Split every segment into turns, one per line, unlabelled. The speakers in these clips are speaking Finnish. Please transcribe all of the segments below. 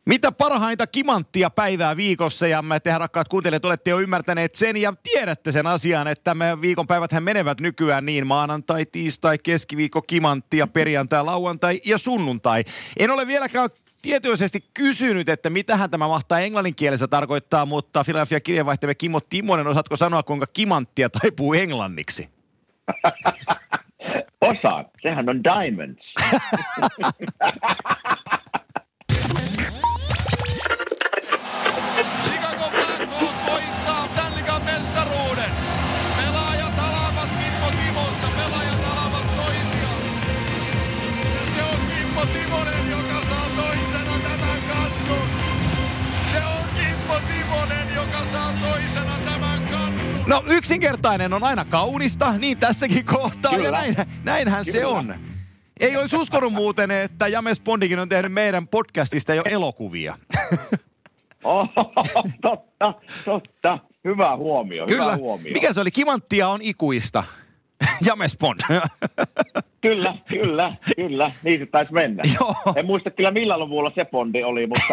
Mitä parhainta kimanttia päivää viikossa, ja tehän rakkaat kuuntelijat olette jo ymmärtäneet sen ja tiedätte sen asian, että me viikonpäiväthän menevät nykyään niin maanantai, tiistai, keskiviikko, kimanttia, perjantai, lauantai ja sunnuntai. En ole vieläkään tietoisesti kysynyt, että mitähän tämä mahtaa englanninkielessä tarkoittaa, mutta Philadelphia kirjeenvaihtaja Kimmo Timonen, osaatko sanoa, kuinka kimanttia taipuu englanniksi?
Osaan. Sehän on diamonds.
Chicago Blackhawks voittaa Stanley Cup-mestaruuden. Pelaajat alavat Kimmo Timosta, pelaajat alavat toisiaan. Se on Kimmo Timonen, joka saa toisena tämän kannun. Se on Kimmo Timonen, joka saa toisena tämän kannun.
No yksinkertainen on aina kaunista, niin tässäkin kohtaa, kyllä. Ja näinhän kyllä. Se on. Ei olisi uskonut muuten, että James Bondikin on tehnyt meidän podcastista jo elokuvia.
Totta. Hyvä huomio,
kyllä.
Hyvä huomio.
Mikä se oli? Kimanttia on ikuista. James Bond.
Kyllä. Niin se taisi mennä.
Joo.
En muista kyllä millä luvulla se Bondi oli, mutta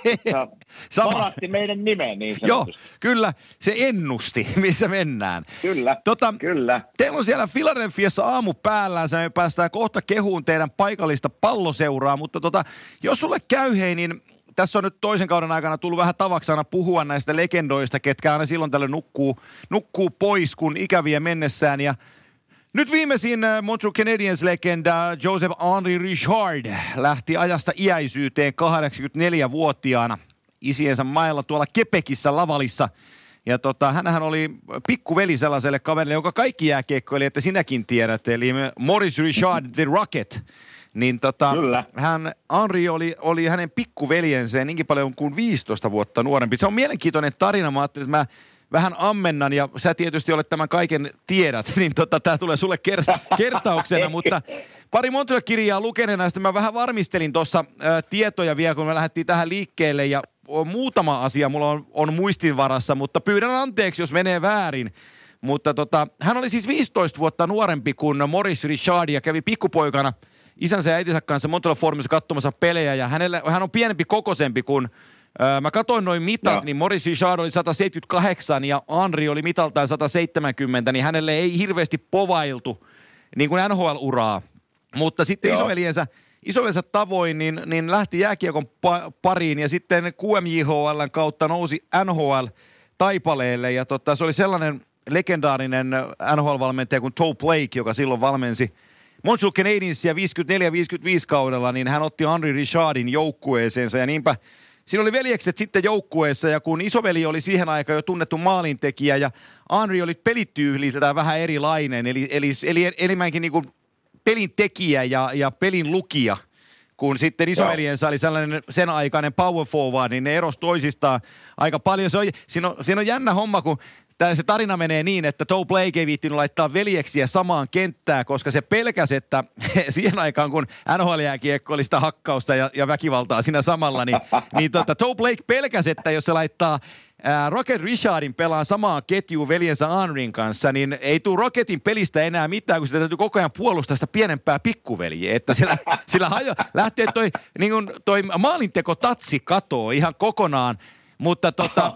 varasti meidän nimeen niin sanotusti.
Joo, kyllä. Se ennusti, missä mennään.
Kyllä.
Teillä on siellä Philadelphiassa aamu päällään. Me päästään kohta kehuun teidän paikallista palloseuraa, mutta jos sulle käy, hei, niin tässä on nyt toisen kauden aikana tullut vähän tavaksi aina puhua näistä legendoista, ketkä aina silloin tällöin nukkuu pois, kun ikäviä mennessään. Ja nyt viimeisin Montreal Canadiens-legenda Joseph Henri Richard lähti ajasta iäisyyteen 84-vuotiaana isiensä mailla tuolla Quebecissä Lavalissa. Ja hänhän oli pikkuveli sellaiselle kaverille, joka kaikki jääkiekkoili, että sinäkin tiedät, eli Maurice Richard the Rocket. Niin Henri oli hänen pikkuveljensä ja niinkin paljon kuin 15 vuotta nuorempi. Se on mielenkiintoinen tarina. Mä ajattelin, että mä vähän ammennan ja sä tietysti olet tämän kaiken tiedät, niin tää tulee sulle kertauksena, mutta pari Montreal-kirjaa lukeneena, sitten mä vähän varmistelin tuossa tietoja vielä, kun me lähdettiin tähän liikkeelle ja muutama asia mulla on muistinvarassa, mutta pyydän anteeksi, jos menee väärin. Mutta hän oli siis 15 vuotta nuorempi kuin Maurice Richard ja kävi pikkupoikana isänsä ja äitinsä kanssa Montreal Formissa katsomassa pelejä ja hän on pienempi kokoisempi kuin mä katsoin noin mitat, niin Maurice Richard oli 178 ja Henri oli mitaltaan 170, niin hänelle ei hirveästi povailtu niin kuin NHL-uraa. Mutta sitten isoveljensä tavoin niin lähti jääkiekon pariin ja sitten QMJHL:n kautta nousi NHL-taipaleelle. Ja se oli sellainen legendaarinen NHL-valmentaja kuin Toe Blake, joka silloin valmensi Montreal Canadiensia 54-55 kaudella, niin hän otti Henri Richardin joukkueeseensa ja niinpä siinä oli veljekset sitten joukkueessa ja kun isoveli oli siihen aikaan jo tunnettu maalintekijä ja Henri oli pelityyliltään vähän erilainen, eli enemmänkin niin kuin pelin tekijä ja pelin lukija, kun sitten isoveljensä oli sellainen sen aikainen power forward, niin ne erosi toisistaan aika paljon. Siinä on jännä homma, kun se tarina menee niin, että Toe Blake ei viittinyt laittaa veljeksiä samaan kenttään, koska se pelkäsi, että siihen aikaan, kun NHL-jääkiekko oli sitä hakkausta ja väkivaltaa siinä samalla, niin Toe Blake pelkäsi, että jos se laittaa Rocket Richardin pelaa samaa ketjua veljensä Henrin kanssa, niin ei tule Rocketin pelistä enää mitään, kun sitä täytyy koko ajan puolustaa sitä pienempää pikkuveljeä. Että sillä lähtee toi maalinteko tatsi katoo ihan kokonaan. Mutta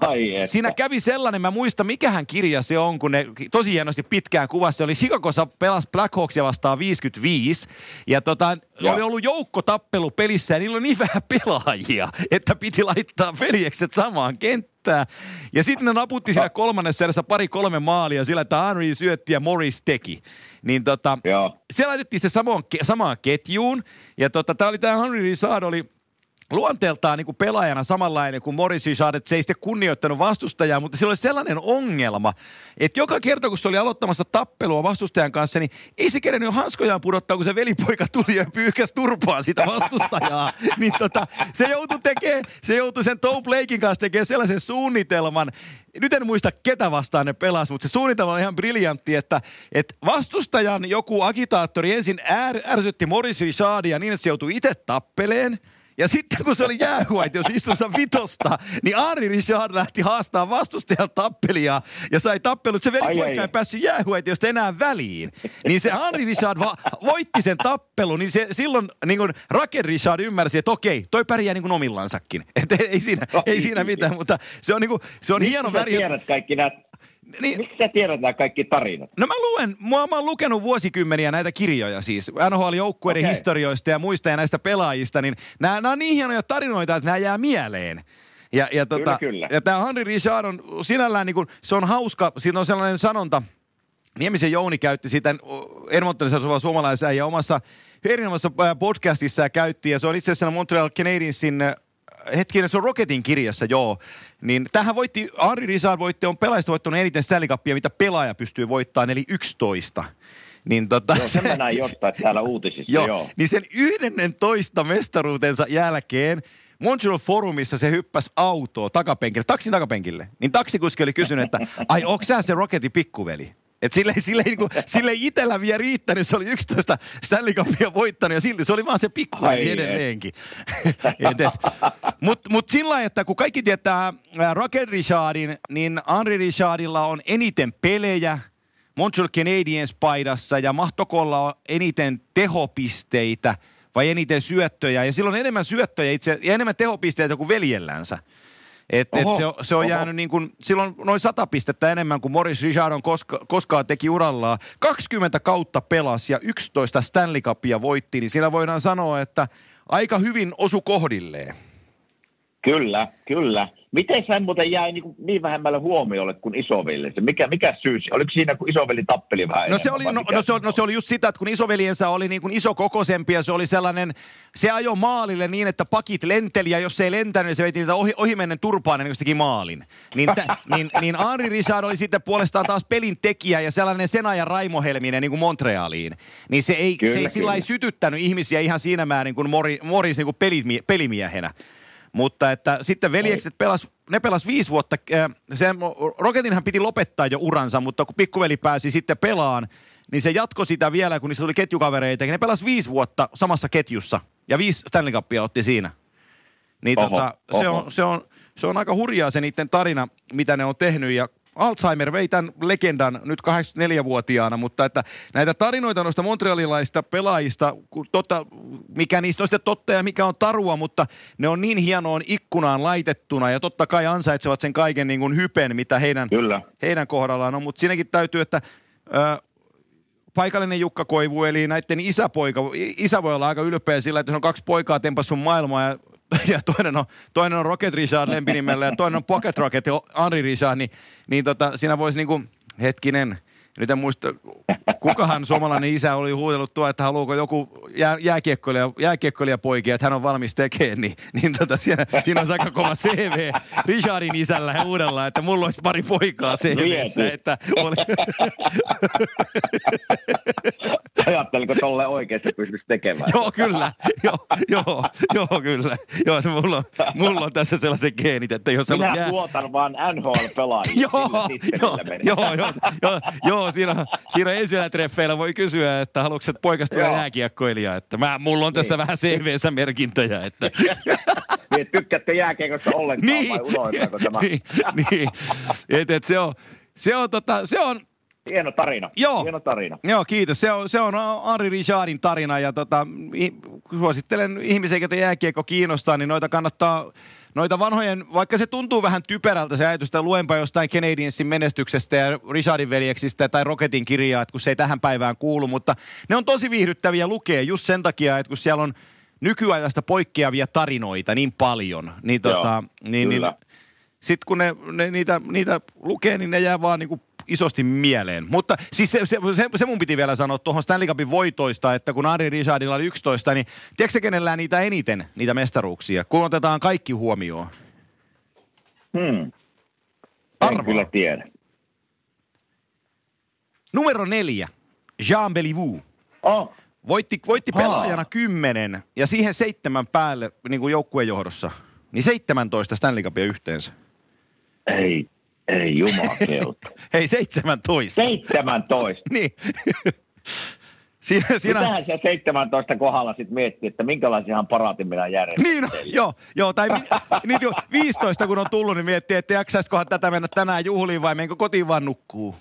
siinä kävi sellainen, mä muistan mikähän kirja se on, kun ne tosi hienosti pitkään kuvassa. Se oli Chicagossa pelasi Blackhawksia vastaan 55 ja oli ollut joukkotappelu pelissä ja niillä oli niin vähän pelaajia, että piti laittaa veljekset samaan kenttään. Ja sitten ne naputti siinä kolmannessa erässä 2-3 maalia sillä, että Henry syötti ja Morris teki. Niin se laitettiin se samaan ketjuun ja tämä Henry Richard oli luonteeltaan niin kuin pelaajana samanlainen kuin Maurice Richard, että se ei sitten kunnioittanut vastustajaa, mutta sillä oli sellainen ongelma, että joka kerta kun se oli aloittamassa tappelua vastustajan kanssa, niin ei se kerennyt hanskojaan pudottaa, kun se velipoika tuli ja pyyhkäsi turpaa sitä vastustajaa. Niin se joutui sen Toe Blaken kanssa tekemään sellaisen suunnitelman. Nyt en muista ketä vastaan ne pelasi, mutta se suunnitelma on ihan briljantti, että vastustajan joku agitaattori ensin ärsytti Maurice Richardia niin, että se joutui itse tappeleen. Ja sitten kun se oli jäähuaitio, jos istuissa vitosta, niin Henri Richard lähti haastaa vastustajan tappelijaa ja sai tappelut. Se velipoika ei päässyt jäähuaitiosta enää väliin. Niin se Henri Richard voitti sen tappelun, niin se silloin niin kuin Raquel Richard ymmärsi, että okei, toi pärjää niin kuin omillansakin. Että ei siinä mitään, mutta se on, niin kuin, se on hieno väri.
Tiedät kaikki nämä... Niin. Miksi sä tiedät nämä kaikki tarinat?
No mä oon lukenut vuosikymmeniä näitä kirjoja siis, NHL-joukkueiden historioista ja muista ja näistä pelaajista, niin nämä on niin hienoja tarinoita, että nämä jää mieleen.
Kyllä.
Ja tämä Henri Richard on sinällään, niin kuin, se on hauska, siinä on sellainen sanonta, Niemisen Jouni käytti sitä Edmontonissa asuva suomalaisäijä omassa erinomaisessa podcastissa ja käytti, ja se on itse asiassa Montreal Canadiensin hetkinen, se on Rocketin kirjassa, joo. Niin tähän Henri Richard on pelaajista voittanut eniten Stanley Cupia, mitä pelaaja pystyy voittamaan, eli 11. Niin
joo, sen mä näin jostain täällä uutisissa, joo.
Niin sen 11 mestaruutensa jälkeen Montreal Forumissa se hyppäsi autoa taksin takapenkille. Niin taksikuski oli kysynyt, että ai, onko sä se Rocketin pikkuveli? Että sille ei itsellä vielä riittänyt, se oli 11 Stanley Cupia voittanut ja silti se oli vaan se pikkuveli edelleenkin. Mutta sillä lailla, että kun kaikki tietää Raquel Richardin, niin Henri Richardilla on eniten pelejä Montreal Canadiens paidassa ja mahtokolla on eniten tehopisteitä vai eniten syöttöjä. Ja silloin enemmän syöttöjä ja enemmän tehopisteitä kuin veljellänsä. Se on jäänyt niin kuin, silloin noin 100 pistettä enemmän kuin Maurice Richard on koskaan teki urallaan. 20 kautta pelasi ja 11 Stanley Cupia voitti, niin siinä voidaan sanoa, että aika hyvin osu kohdilleen. Kyllä. Miten sä muuten jäi niin vähemmälle huomiolle kuin isoveli? Mikä syy? Oliko siinä, kun isoveli tappeli vähän se oli just sitä, että kun isoveljensä oli niin kuin isokokoisempi ja se oli sellainen, se ajoi maalille niin, että pakit lenteli ja jos se ei lentänyt, niin se veti niitä ohimennen turpaan, niin se teki maalin. Niin Henri Richard oli sitten puolestaan taas pelin tekijä ja sellainen Senajan Raimo Helminen niin kuin Montrealiin. Niin se ei sillä ei sytyttänyt ihmisiä ihan siinä määrin kuin Maurice niin kuin pelimiehenä. Mutta että sitten veljekset pelas 5 vuotta. Rocketinhan piti lopettaa jo uransa, mutta kun pikkuveli pääsi sitten pelaan, niin se jatkoi sitä vielä, kun niistä tuli ketjukavereita. Ne pelas 5 vuotta samassa ketjussa ja 5 Stanley Cupia otti siinä. Niin se on aika hurjaa se niiden tarina, mitä ne on tehnyt ja Alzheimer vei tämän legendan nyt 84-vuotiaana, mutta että näitä tarinoita noista montrealilaisista pelaajista, mikä niistä on sitten totta ja mikä on tarua, mutta ne on niin hienoon ikkunaan laitettuna ja totta kai ansaitsevat sen kaiken niin kuin hypen, mitä heidän kohdallaan on, mutta siinäkin täytyy, että paikallinen Jukka Koivu, eli näiden isä voi olla aika ylpeä sillä, että jos on 2 poikaa tempassut maailmaa ja toinen on Rocket Richard lempinimellä ja toinen on Pocket Rocket Henri Richard, niin siinä voisi niinku, hetkinen, nyt en muista, kukahan suomalainen isä oli huudellut tuo, että haluuko joku jääkiekkoilijapoikia, että hän on valmis tekemään, niin siinä on aika kova CV Richardin isällä ja uudella, että mulla olisi pari poikaa CV:ssä, että oli...
Ajatteliko tolle oikeasti pystyisi tekemään?
Joo, kyllä. Joo, kyllä. Joo, mulla on tässä sellaiset geenit, että jos
minä tuotan vaan NHL-pelaajia.
Joo, siinä ensimmäisellä treffeillä voi kysyä, että haluatko sä poikasta tulla jääkiekkoilija, että mulla on tässä vähän CV:ssä merkintöjä, että...
Tykkäätkö jääkiekosta ollenkaan vai unohdetaanko tämä?
Niin. Se on
hieno tarina. Joo,
kiitos. Se on Henri Richardin tarina ja suosittelen ihmisiä, joita jääkiekko kiinnostaa, niin noita vanhojen, vaikka se tuntuu vähän typerältä se ajatus, että luenpa jostain Canadiensin menestyksestä ja Richardin veljeksistä tai Rocketin kirjaa, että kun se ei tähän päivään kuulu, mutta ne on tosi viihdyttäviä lukea just sen takia, että kun siellä on nykyajasta poikkeavia tarinoita niin paljon, niin sitten kun ne niitä lukee, niin ne jää vaan niinku isosti mieleen. Mutta siis se mun piti vielä sanoa tuohon Stanley Cupin voitoista, että kun Henri Richardilla oli 11, niin tiedätkö kenellä niitä eniten, niitä mestaruuksia, kun otetaan kaikki huomioon?
En kyllä tiedä.
Numero 4, Jean Béliveau. Voitti pelaajana 10 ja siihen 7 päälle niin kuin joukkueen johdossa. Niin 17 Stanley Cupia yhteensä. Ei jumakeuta. Hei, 17.
17?
Niin.
Mitähän se 17 kohdalla sitten miettii, että minkälaisiahan paraatin minä järjestän.
Niin, joo, tai 15 kun on tullut, niin miettii, että jaksaisikohan tätä mennä tänään juhliin vai menkö kotiin vaan nukkuu.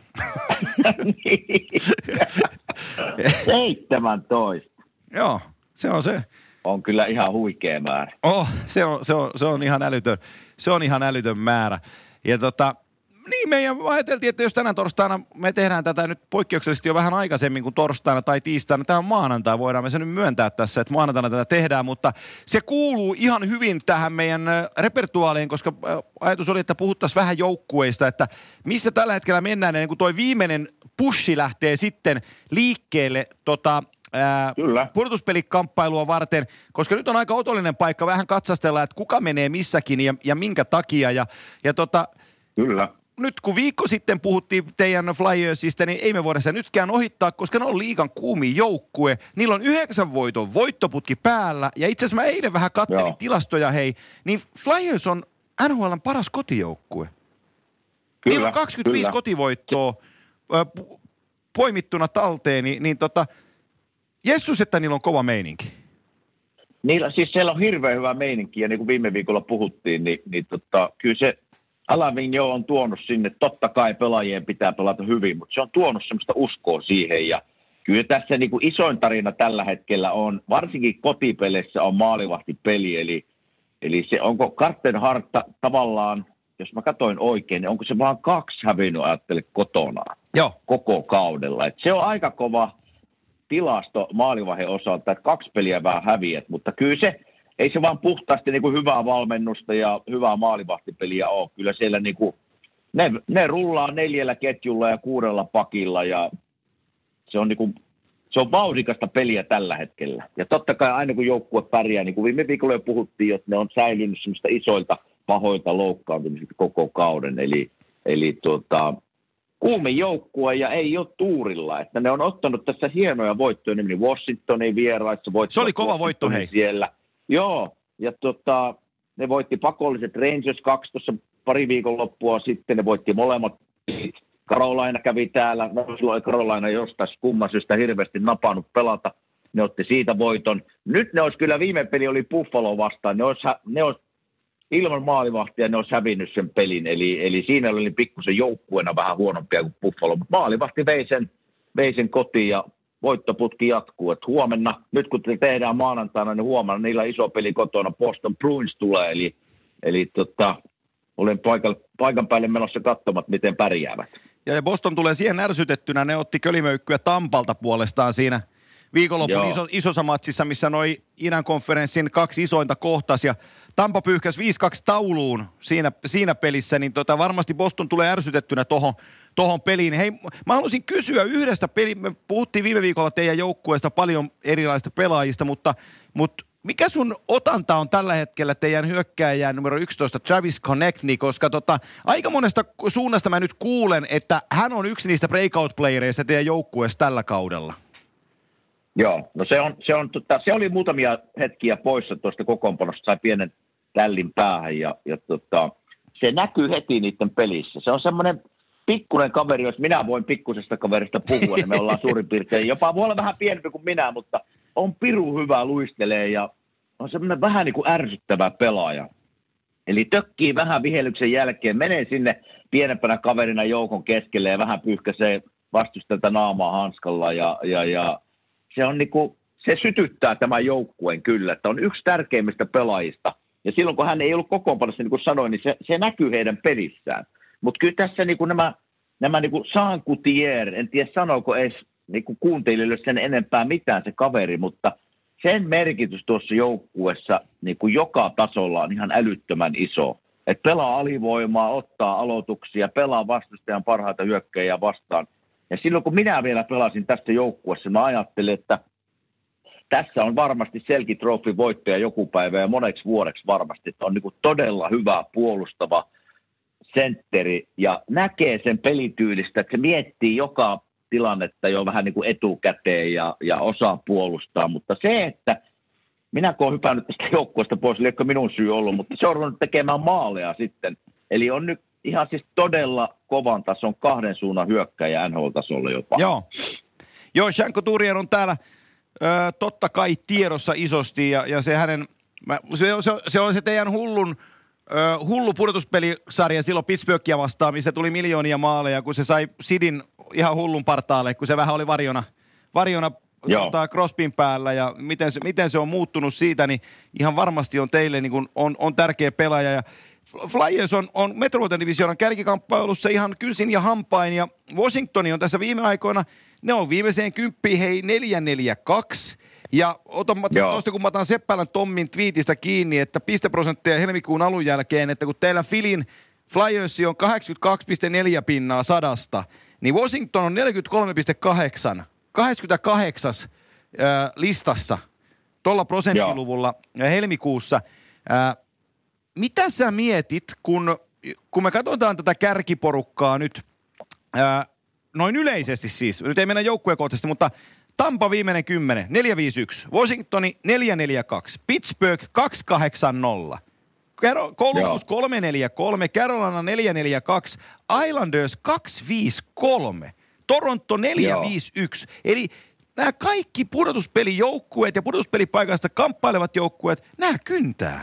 17.
Joo, se on se.
On kyllä ihan huikea määrä.
Se on ihan älytön. Se on ihan älytön määrä. Ja niin meidän ajateltiin, että jos tänään torstaina me tehdään tätä nyt poikkeuksellisesti jo vähän aikaisemmin kuin torstaina tai tiistaina, tämä on maanantai, voidaan me se nyt myöntää tässä, että maanantaina tätä tehdään, mutta se kuuluu ihan hyvin tähän meidän repertuaaliin, koska ajatus oli, että puhuttaisiin vähän joukkueista, että missä tällä hetkellä mennään, ennen kuin toi viimeinen pushi lähtee sitten liikkeelle pudotuspelikamppailua varten, koska nyt on aika otollinen paikka vähän katsastella, että kuka menee missäkin ja minkä takia.
Kyllä.
Nyt kun viikko sitten puhuttiin teidän Flyersista, niin ei me voida sitä nytkään ohittaa, koska ne on liigan kuumin joukkue. Niillä on 9 voiton voittoputki päällä. Ja itse asiassa mä eilen vähän kattelin tilastoja, niin Flyers on NHL:n paras kotijoukkue.
Kyllä,
niillä on 25 kotivoittoa poimittuna talteen, Jessus, että niillä on kova meininki.
Siellä on hirveän hyvä meininki, ja niin kuin viime viikolla puhuttiin, kyllä se Alain Vigneault on tuonut sinne, totta kai pelaajien pitää pelata hyvin, mutta se on tuonut semmoista uskoa siihen, ja kyllä tässä niin kuin isoin tarina tällä hetkellä on, varsinkin kotipeleissä on maalivahtipeli, eli se onko Carter Hart tavallaan, jos mä katsoin oikein, niin onko se vaan 2 hävinnyt ajattele kotonaan koko kaudella. Et se on aika kova tilasto maalivahdin osalta, että 2 peliä vähän häviät, mutta kyllä se, ei se vaan puhtaasti niin kuin hyvää valmennusta ja hyvää maalivahtipeliä ole. Kyllä siellä niin kuin, ne rullaa 4 ketjulla ja 6 pakilla ja se on, niin kuin, se on vauhdikasta peliä tällä hetkellä. Ja totta kai aina kun joukkue pärjää, niin kuin viime viikolla jo puhuttiin, että ne on säilynyt semmoista isoilta pahoilta loukkaantumisista koko kauden. Eli kuumin joukkue ja ei ole tuurilla. Että ne on ottanut tässä hienoja voittoja, niin Washingtonin vieraissa.
Se oli kova voitto, hei.
Siellä. Joo, ja ne voitti pakolliset Rangers 2 tuossa pari viikon loppua sitten. Ne voitti molemmat. Carolina kävi täällä. Silloin Carolina jostain kumman syystä hirveästi napannut pelata. Ne otti siitä voiton. Nyt ne olisi kyllä, viime peli oli Buffalo vastaan. Ne olisi ilman maalivahtia ne olisi hävinnyt sen pelin. Eli siinä oli pikkusen joukkueena vähän huonompia kuin Buffalo. Mutta maalivahti vei sen kotiin ja voittoputki jatkuu. Et huomenna, nyt kun tehdään maanantaina, niin huomenna niillä iso peli kotona. Boston Bruins tulee. Eli olen paikan päälle menossa katsomaan, miten pärjäävät.
Ja Boston tulee siihen ärsytettynä. Ne otti kölimöykkyä Tampalta puolestaan siinä viikonlopun isossa matsissa, missä noi idän konferenssin 2 isointa kohtas ja Tampa pyyhkäsi 5-2 tauluun siinä pelissä, niin varmasti Boston tulee ärsytettynä tohon peliin. Hei, mä haluaisin kysyä yhdestä me puhuttiin viime viikolla teidän joukkueesta paljon erilaisista pelaajista, mutta mikä sun otanta on tällä hetkellä teidän hyökkääjän numero 11 Travis Konecny, koska aika monesta suunnasta mä nyt kuulen, että hän on yksi niistä breakout-playereista teidän joukkueessa tällä kaudella.
Joo, no se oli muutamia hetkiä poissa tuosta kokoonpanosta, sai pienen tällin päähän ja se näkyy heti niiden pelissä. Se on semmoinen pikkuinen kaveri, jos minä voin pikkusesta kaverista puhua, niin me ollaan suurin piirtein, jopa voi olla vähän pienempi kuin minä, mutta on pirun hyvä, luistelee ja on semmoinen vähän niin kuin ärsyttävä pelaaja. Eli tökkii vähän vihellyksen jälkeen, menee sinne pienempänä kaverina joukon keskelle ja vähän pyyhkäisee vastustajalta naamaa hanskalla ja se on niinku, se sytyttää tämän joukkueen kyllä, että on yksi tärkeimmistä pelaajista. Ja silloin kun hän ei ollut kokoonpanossa, niin kuin sanoin, niin se näkyy heidän pelissään. Mutta kyllä tässä niinku nämä niinku Jean Coutier, en tiedä sanooko edes niinku kuuntelijoille sen enempää mitään se kaveri, mutta sen merkitys tuossa joukkueessa niinku joka tasolla on ihan älyttömän iso. Että pelaa alivoimaa, ottaa aloituksia, pelaa vastustajan parhaita hyökkäjiä vastaan. Ja silloin kun minä vielä pelasin tästä joukkueessa, mä ajattelin, että tässä on varmasti Selke Trophy voittaja joku päivä ja moneksi vuodeksi varmasti, että on niin kuin todella hyvä puolustava sentteri ja näkee sen pelityylistä, että se miettii joka tilannetta jo vähän niin kuin etukäteen ja osaa puolustaa, mutta se, että minä kun olen hypännyt tästä joukkueesta pois, liekö minun syy ollut, mutta se on ruvennut tekemään maaleja sitten, eli on nyt ihan siis todella kovan tason 2 suunnan hyökkäjä NHL-tasolla jopa.
Joo. Joo, Jean Couturier on täällä totta kai tiedossa isosti ja se hänen, se on se teidän hullu pudotuspelisarja silloin Pittsburghia vastaan, missä tuli miljoonia maaleja, kun se sai Sidin ihan hullun partaalle, kun se vähän oli varjona Crosbyn päällä ja miten se on muuttunut siitä, niin ihan varmasti on teille niin kuin on tärkeä pelaaja. Ja Flyers on Metropolitan Divisionan kärkikamppailussa ihan kynsin ja hampain ja Washingtoni on tässä viime aikoina, ne on viimeiseen kymppiin 4-4-2 ja tuosta kun mä otan Seppälän Tommin twiitistä kiinni, että pisteprosentteja helmikuun alun jälkeen, että kun teillä Philin Flyers on 82,4 pinnaa 100, niin Washington on 43,8, 88 listassa tuolla prosenttiluvulla helmikuussa. Mitä sä mietit, kun me katsotaan tätä kärkiporukkaa nyt, noin yleisesti siis, nyt ei mennä joukkuekohtaisesti, mutta Tampa viimeinen 10, 4-5-1, Washingtoni 4-4-2, Pittsburgh 2-8-0, Columbus 3-4-3, Carolina 4-4-2, Islanders 2-5-3, Toronto 4-5-1, eli nämä kaikki pudotuspelijoukkueet ja pudotuspelipaikasta kamppailevat joukkueet, nämä kyntää.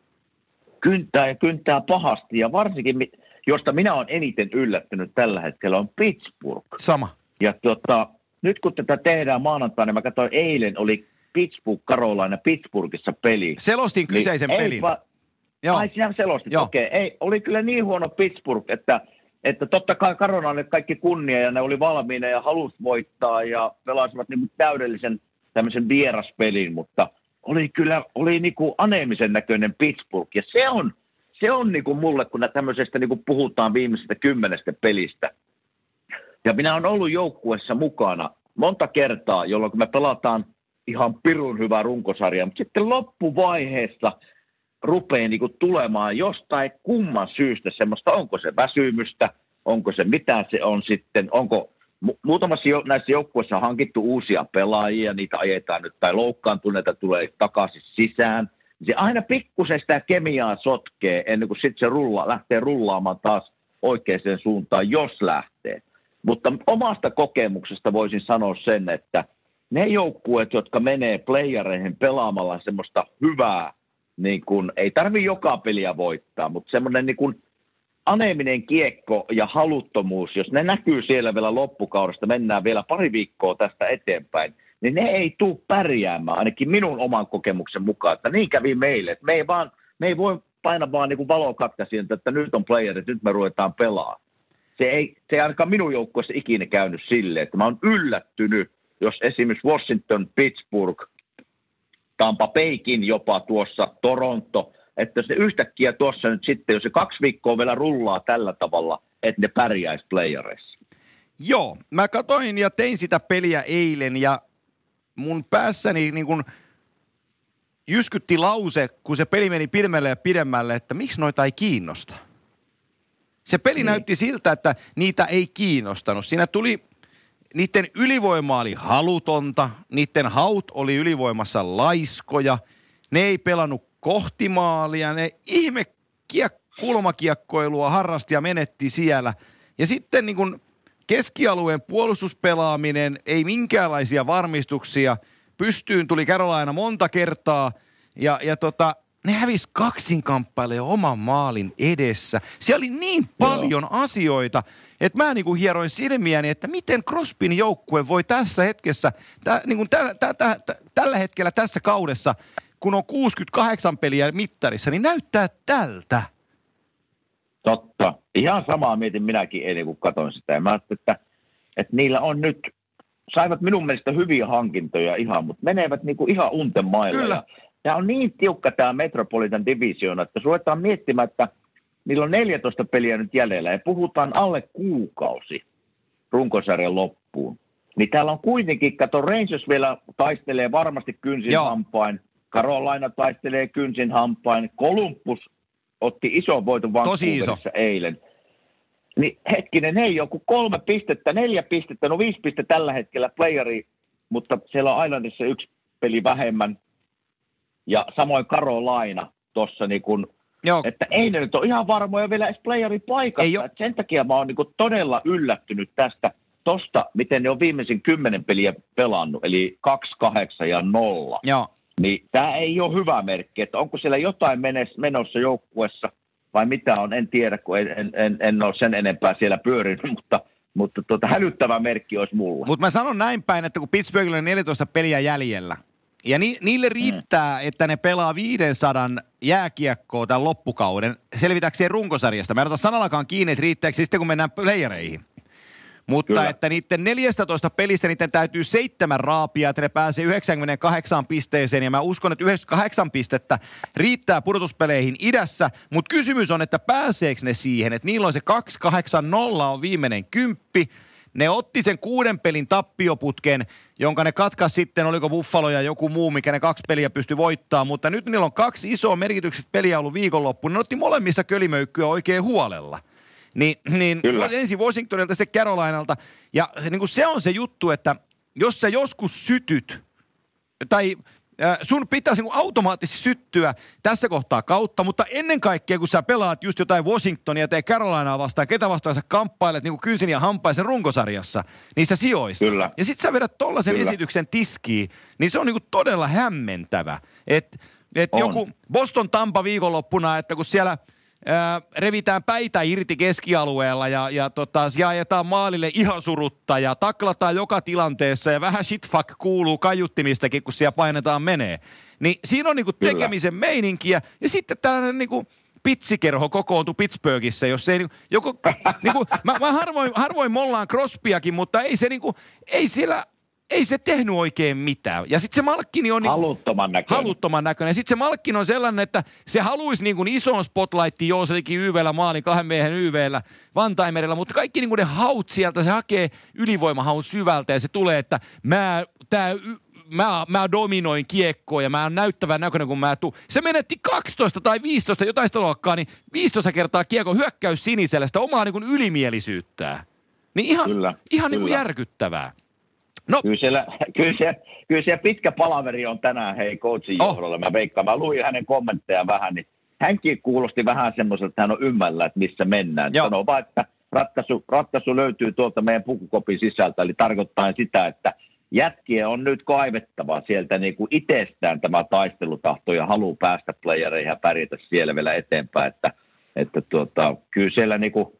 Kyntää pahasti ja varsinkin, josta minä olen eniten yllättynyt tällä hetkellä, on Pittsburgh.
Sama.
Ja nyt kun tätä tehdään maanantaina, mä katsoin eilen, oli Pittsburgh Pittsburghissa peli.
Selostin kyseisen pelin.
Ai sinä selostit, okei. Oli kyllä niin huono Pittsburgh, että totta kai Carolinalle kaikki kunnia ja ne oli valmiina ja halusi voittaa ja pelasivat niin täydellisen tämmöisen vieraspelin, mutta oli niinku aneemisen näköinen Pittsburgh ja se on niinku mulle, kun tämmöisestä niinku puhutaan viimeisestä 10 pelistä. Ja minä olen ollut joukkueessa mukana monta kertaa, jolloin me pelataan ihan pirun hyvää runkosarjaa, mutta sitten loppuvaiheessa rupeaa niinku tulemaan jostain kumman syystä semmoista, onko se väsymystä, onko se mitä se on sitten, onko muutamassa näissä joukkueissa on hankittu uusia pelaajia, niitä ajetaan nyt tai loukkaantuneita tulee takaisin sisään. Se aina pikkusen sitä kemiaa sotkee ennen kuin sitten se lähtee rullaamaan taas oikeaan suuntaan, jos lähtee. Mutta omasta kokemuksesta voisin sanoa sen, että ne joukkueet, jotka menee playereihin pelaamalla semmoista hyvää, niin kun, ei tarvitse joka peliä voittaa, mutta semmoinen niin kun aneeminen kiekko ja haluttomuus, jos ne näkyy siellä vielä loppukaudesta, mennään vielä pari viikkoa tästä eteenpäin, niin ne ei tule pärjäämään, ainakin minun oman kokemuksen mukaan, että niin kävi meille, että me ei voi painaa vaan niin kuin valokakka sieltä, että nyt on playerit, nyt me ruvetaan pelaamaan. Se ei ainakaan minun joukkueessa ikinä käynyt silleen, että mä oon yllättynyt, jos esimerkiksi Washington, Pittsburgh, Tampa Baykin jopa tuossa, Toronto, että se yhtäkkiä tuossa nyt sitten, jos se 2 viikkoa vielä rullaa tällä tavalla, että ne pärjäisi playereissa.
Joo, mä katsoin ja tein sitä peliä eilen ja mun päässäni niin kun jyskytti lause, kun se peli meni pidemmälle ja pidemmälle, että miksi noita ei kiinnosta. Se peli näytti siltä, että niitä ei kiinnostanut. Siinä tuli, niiden ylivoima oli halutonta, niiden haut oli ylivoimassa laiskoja, ne ei pelannut kohti maalia, ne kulmakiekkoilua harrasti ja menetti siellä. Ja sitten niin kuin keskialueen puolustuspelaaminen, ei minkäänlaisia varmistuksia, pystyyn tuli Carolina monta kertaa ja ne hävisi kaksinkamppailemaan oman maalin edessä. Siellä oli niin paljon asioita, että mä niin kuin hieroin silmiäni, että miten Crosbyn joukkue voi tässä hetkessä, tällä hetkellä tässä kaudessa, kun on 68 peliä mittarissa, niin näyttää tältä.
Totta. Ihan samaa mietin minäkin eilen, kun katsoin sitä. Ja mä ajattelin, että niillä on nyt, saivat minun mielestä hyviä hankintoja ihan, mutta menevät niinku ihan unten mailla.
Kyllä.
Tämä on niin tiukka tämä Metropolitan Division, että ruvetaan miettimään, että niillä on 14 peliä nyt jäljellä ja puhutaan alle kuukausi runkosarjan loppuun. Niin täällä on kuitenkin, kato, Rangers vielä taistelee varmasti kynsin hampain, Carolina taistelee kynsin hampain, Columbus otti ison voiton Vancouverissa eilen. Niin hetkinen, hei, joku 3 pistettä, 4 pistettä, no 5 pistettä tällä hetkellä playeri, mutta siellä on Islandissa 1 peli vähemmän. Ja samoin Carolina tuossa, niin että ei ne nyt ole ihan varmoja vielä edes playerin paikasta. Sen takia mä oon niin todella yllättynyt tästä tosta, miten ne on viimeisen 10 peliä pelannut, eli 2-8 ja 0,
Joo.
niin tämä ei ole hyvä merkki, että onko siellä jotain menossa joukkuessa vai mitä on, en tiedä, kun en ole sen enempää siellä pyörinyt, mutta hälyttävä merkki olisi mulla.
Mutta mä sanon näin päin, että kun Pittsburghilla on 14 peliä jäljellä, ja niille riittää, että ne pelaa 500 jääkiekkoa tämän loppukauden selvitäkseen runkosarjasta. Mä en ota sanallakaan kiinni, että riittääkö sitten, kun mennään playereihin. Mutta kyllä, että niiden 14 pelistä niiden täytyy 7 raapia, että ne pääsee 98 pisteeseen. Ja mä uskon, että 98 pistettä riittää pudotuspeleihin idässä. Mutta kysymys on, että pääseekö ne siihen, että niillä on se 2-8-0 on viimeinen 10. Ne otti sen 6 pelin tappioputken, jonka ne katkaisi sitten, oliko Buffalo ja joku muu, mikä ne 2 peliä pystyi voittamaan. Mutta nyt niillä on 2 isoa merkitykset peliä ollut viikonloppuun. Ne otti molemmissa kölimöykkyä oikein huolella. Niin ensin Washingtonilta, sitten Carolinalta. Ja niin kuin se on se juttu, että jos sä joskus sytyt, tai sun pitäisi niin kuin automaattisesti syttyä tässä kohtaa kautta, mutta ennen kaikkea, kun sä pelaat just jotain Washingtonia tai Carolinaa vastaan, ketä vastaan sä kamppailet niin kuin kynsin ja hampaisen runkosarjassa niistä sijoista.
Kyllä.
Ja sit sä vedät tollaisen esityksen tiskiin, niin se on niin kuin todella hämmentävä. Että joku Boston Tampa viikonloppuna, että kun siellä revitään päitä irti keskialueella ja jaetaan maalille ihan surutta ja taklataan joka tilanteessa ja vähän shitfuck kuuluu kaiuttimistakin, kun siellä painetaan menee. Niin siinä on niinku tekemisen meininkiä ja sitten tällainen niinku pitsikerho kokoontui Pittsburghissa, jos ei mä harvoin mollaan Crosbyakin, mutta ei se tehnyt oikein mitään. Ja sitten se Malkkini on haluttoman näköinen. Ja sitten se Malkkini on sellainen, että se haluaisi niin kuin ison spotlightin, joo, se teki YV:llä maalin 2 miehen YV:llä Vantaimerellä, mutta kaikki niin kuin ne haut sieltä, se hakee ylivoimahaun syvältä ja se tulee, että mä dominoin kiekkoa ja mä oon näyttävän näköinen, kun mä tuun. Se menetti 12 tai 15, jotain sitä luokkaa, niin 15 kertaa kiekon hyökkäys sinisellä sitä omaa niin kuin ylimielisyyttää. Niin ihan niin kuin järkyttävää. No.
Kyllä siellä pitkä palaveri on tänään coachin johdolla. Mä luin hänen kommentteja vähän, niin hänkin kuulosti vähän semmoiselta, että hän on ymmärrä, että missä mennään. Sanoo vaan, että ratkaisu löytyy tuolta meidän pukukopin sisältä, eli tarkoittaa sitä, että jätkien on nyt kaivettava sieltä niin kuin itsestään tämä taistelutahto ja halu päästä playereihin ja pärjätä siellä vielä eteenpäin, että kyllä siellä niin kuin,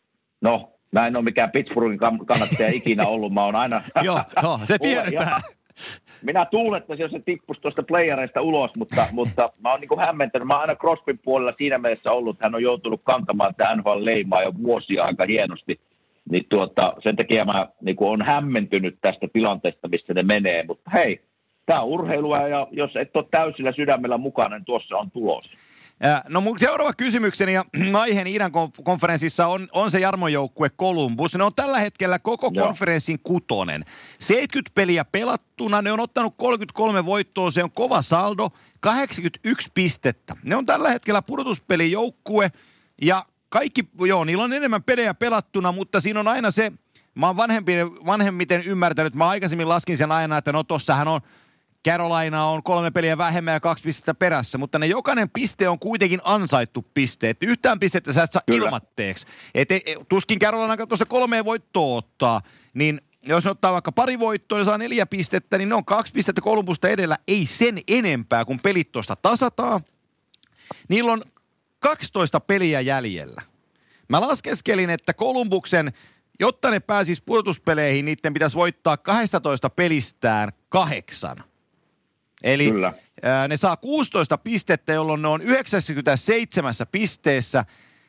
mä en ole mikään Pittsburghin kannattaja ikinä ollut, mä oon aina...
Joo, se tiedetään.
Minä tuulettaisin, jos se tippuisi tuosta playereista ulos, mutta mä oon niin kuin hämmentänyt. Mä oon aina Crosbyn puolella siinä mielessä ollut, että hän on joutunut kantamaan tätä NHL-leimaa jo vuosia aika hienosti. Niin sen takia mä niin kuin on hämmentynyt tästä tilanteesta, missä ne menee. Mutta hei, tää on urheilua ja jos et ole täysillä sydämellä mukana, niin tuossa on tulos.
No mun seuraava kysymykseni ja aiheeni idän konferenssissa on se Jarmon joukkue Columbus. Ne on tällä hetkellä koko konferenssin 6. 70 peliä pelattuna, ne on ottanut 33 voittoa, se on kova saldo, 81 pistettä. Ne on tällä hetkellä pudotuspelijoukkue ja kaikki, niillä on enemmän pelejä pelattuna, mutta siinä on aina se, mä oon vanhemmiten ymmärtänyt, mä aikaisemmin laskin sen aina, että tossahan on Carolina on 3 peliä vähemmän ja 2 pistettä perässä, mutta ne jokainen piste on kuitenkin ansaittu piste. Et yhtään pistettä sä et saa ilmatteeksi. Tuskin Carolina tuossa 3 voittoa ottaa, niin jos ne ottaa vaikka 2 voittoa ja saa 4 pistettä, niin ne on 2 pistettä Columbusta edellä. Ei sen enempää, kun pelit tuosta tasataan. Niillä on 12 peliä jäljellä. Mä laskeskelin, että Columbuksen, jotta ne pääsis pudotuspeleihin, niiden pitäisi voittaa 12 pelistään 8. Eli ne saa 16 pistettä, jolloin ne on 97 pisteessä.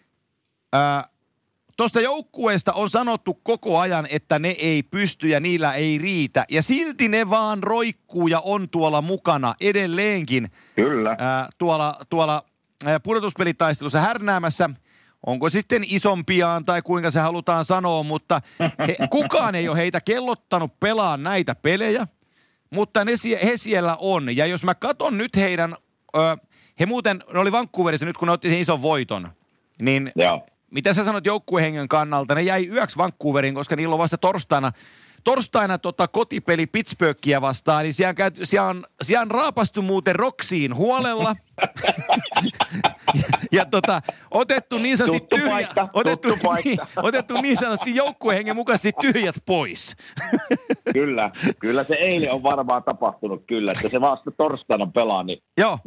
Tuosta joukkueesta on sanottu koko ajan, että ne ei pysty ja niillä ei riitä. Ja silti ne vaan roikkuu ja on tuolla mukana edelleenkin.
Kyllä.
Tuolla pudotuspelitaistelussa härnäämässä. Onko sitten isompiaan tai kuinka se halutaan sanoa, mutta kukaan ei ole heitä kellottanut pelaa näitä pelejä. Mutta he siellä on. Ja jos mä katson nyt heidän, ne oli Vancouverissa nyt, kun ne otti sen ison voiton, niin mitä sä sanot joukkuehengen kannalta? Ne jäi yöksi Vancouveriin, koska niillä on vasta torstaina kotipeli Pittsburghia vastaan, niin siellä on raapastu muuten Roksiin huolella. Ja otettu niin sanotusti otettu niin sanotusti joukkuehengen mukaisesti tyhjät pois.
Kyllä se eilen on varmaan tapahtunut kyllä, että se vasta torstaina pelaa, niin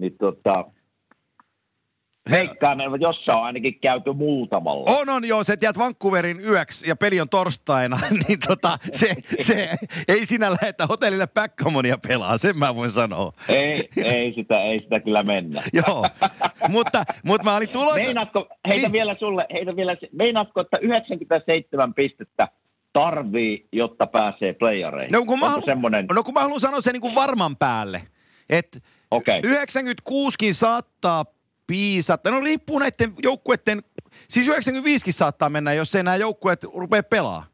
veikkaan, että jossain on ainakin käyty muutamalla.
On joo, sä tiedät Vancouverin yöksi ja peli on torstaina, niin se ei sinä lähetä hotellille backgammonia pelaa, sen mä voin sanoa.
Ei sitä kyllä mennä.
Joo, mutta mä olin tulossa.
Meinaatko, että 97 pistettä tarvii, jotta pääsee playereihin?
No kun mä haluan sanoa sen niin kuin varman päälle, että 96kin saattaa piisata. No riippuu näiden joukkueiden, siis 95kin saattaa mennä, jos ei nämä joukkueet rupea pelaa.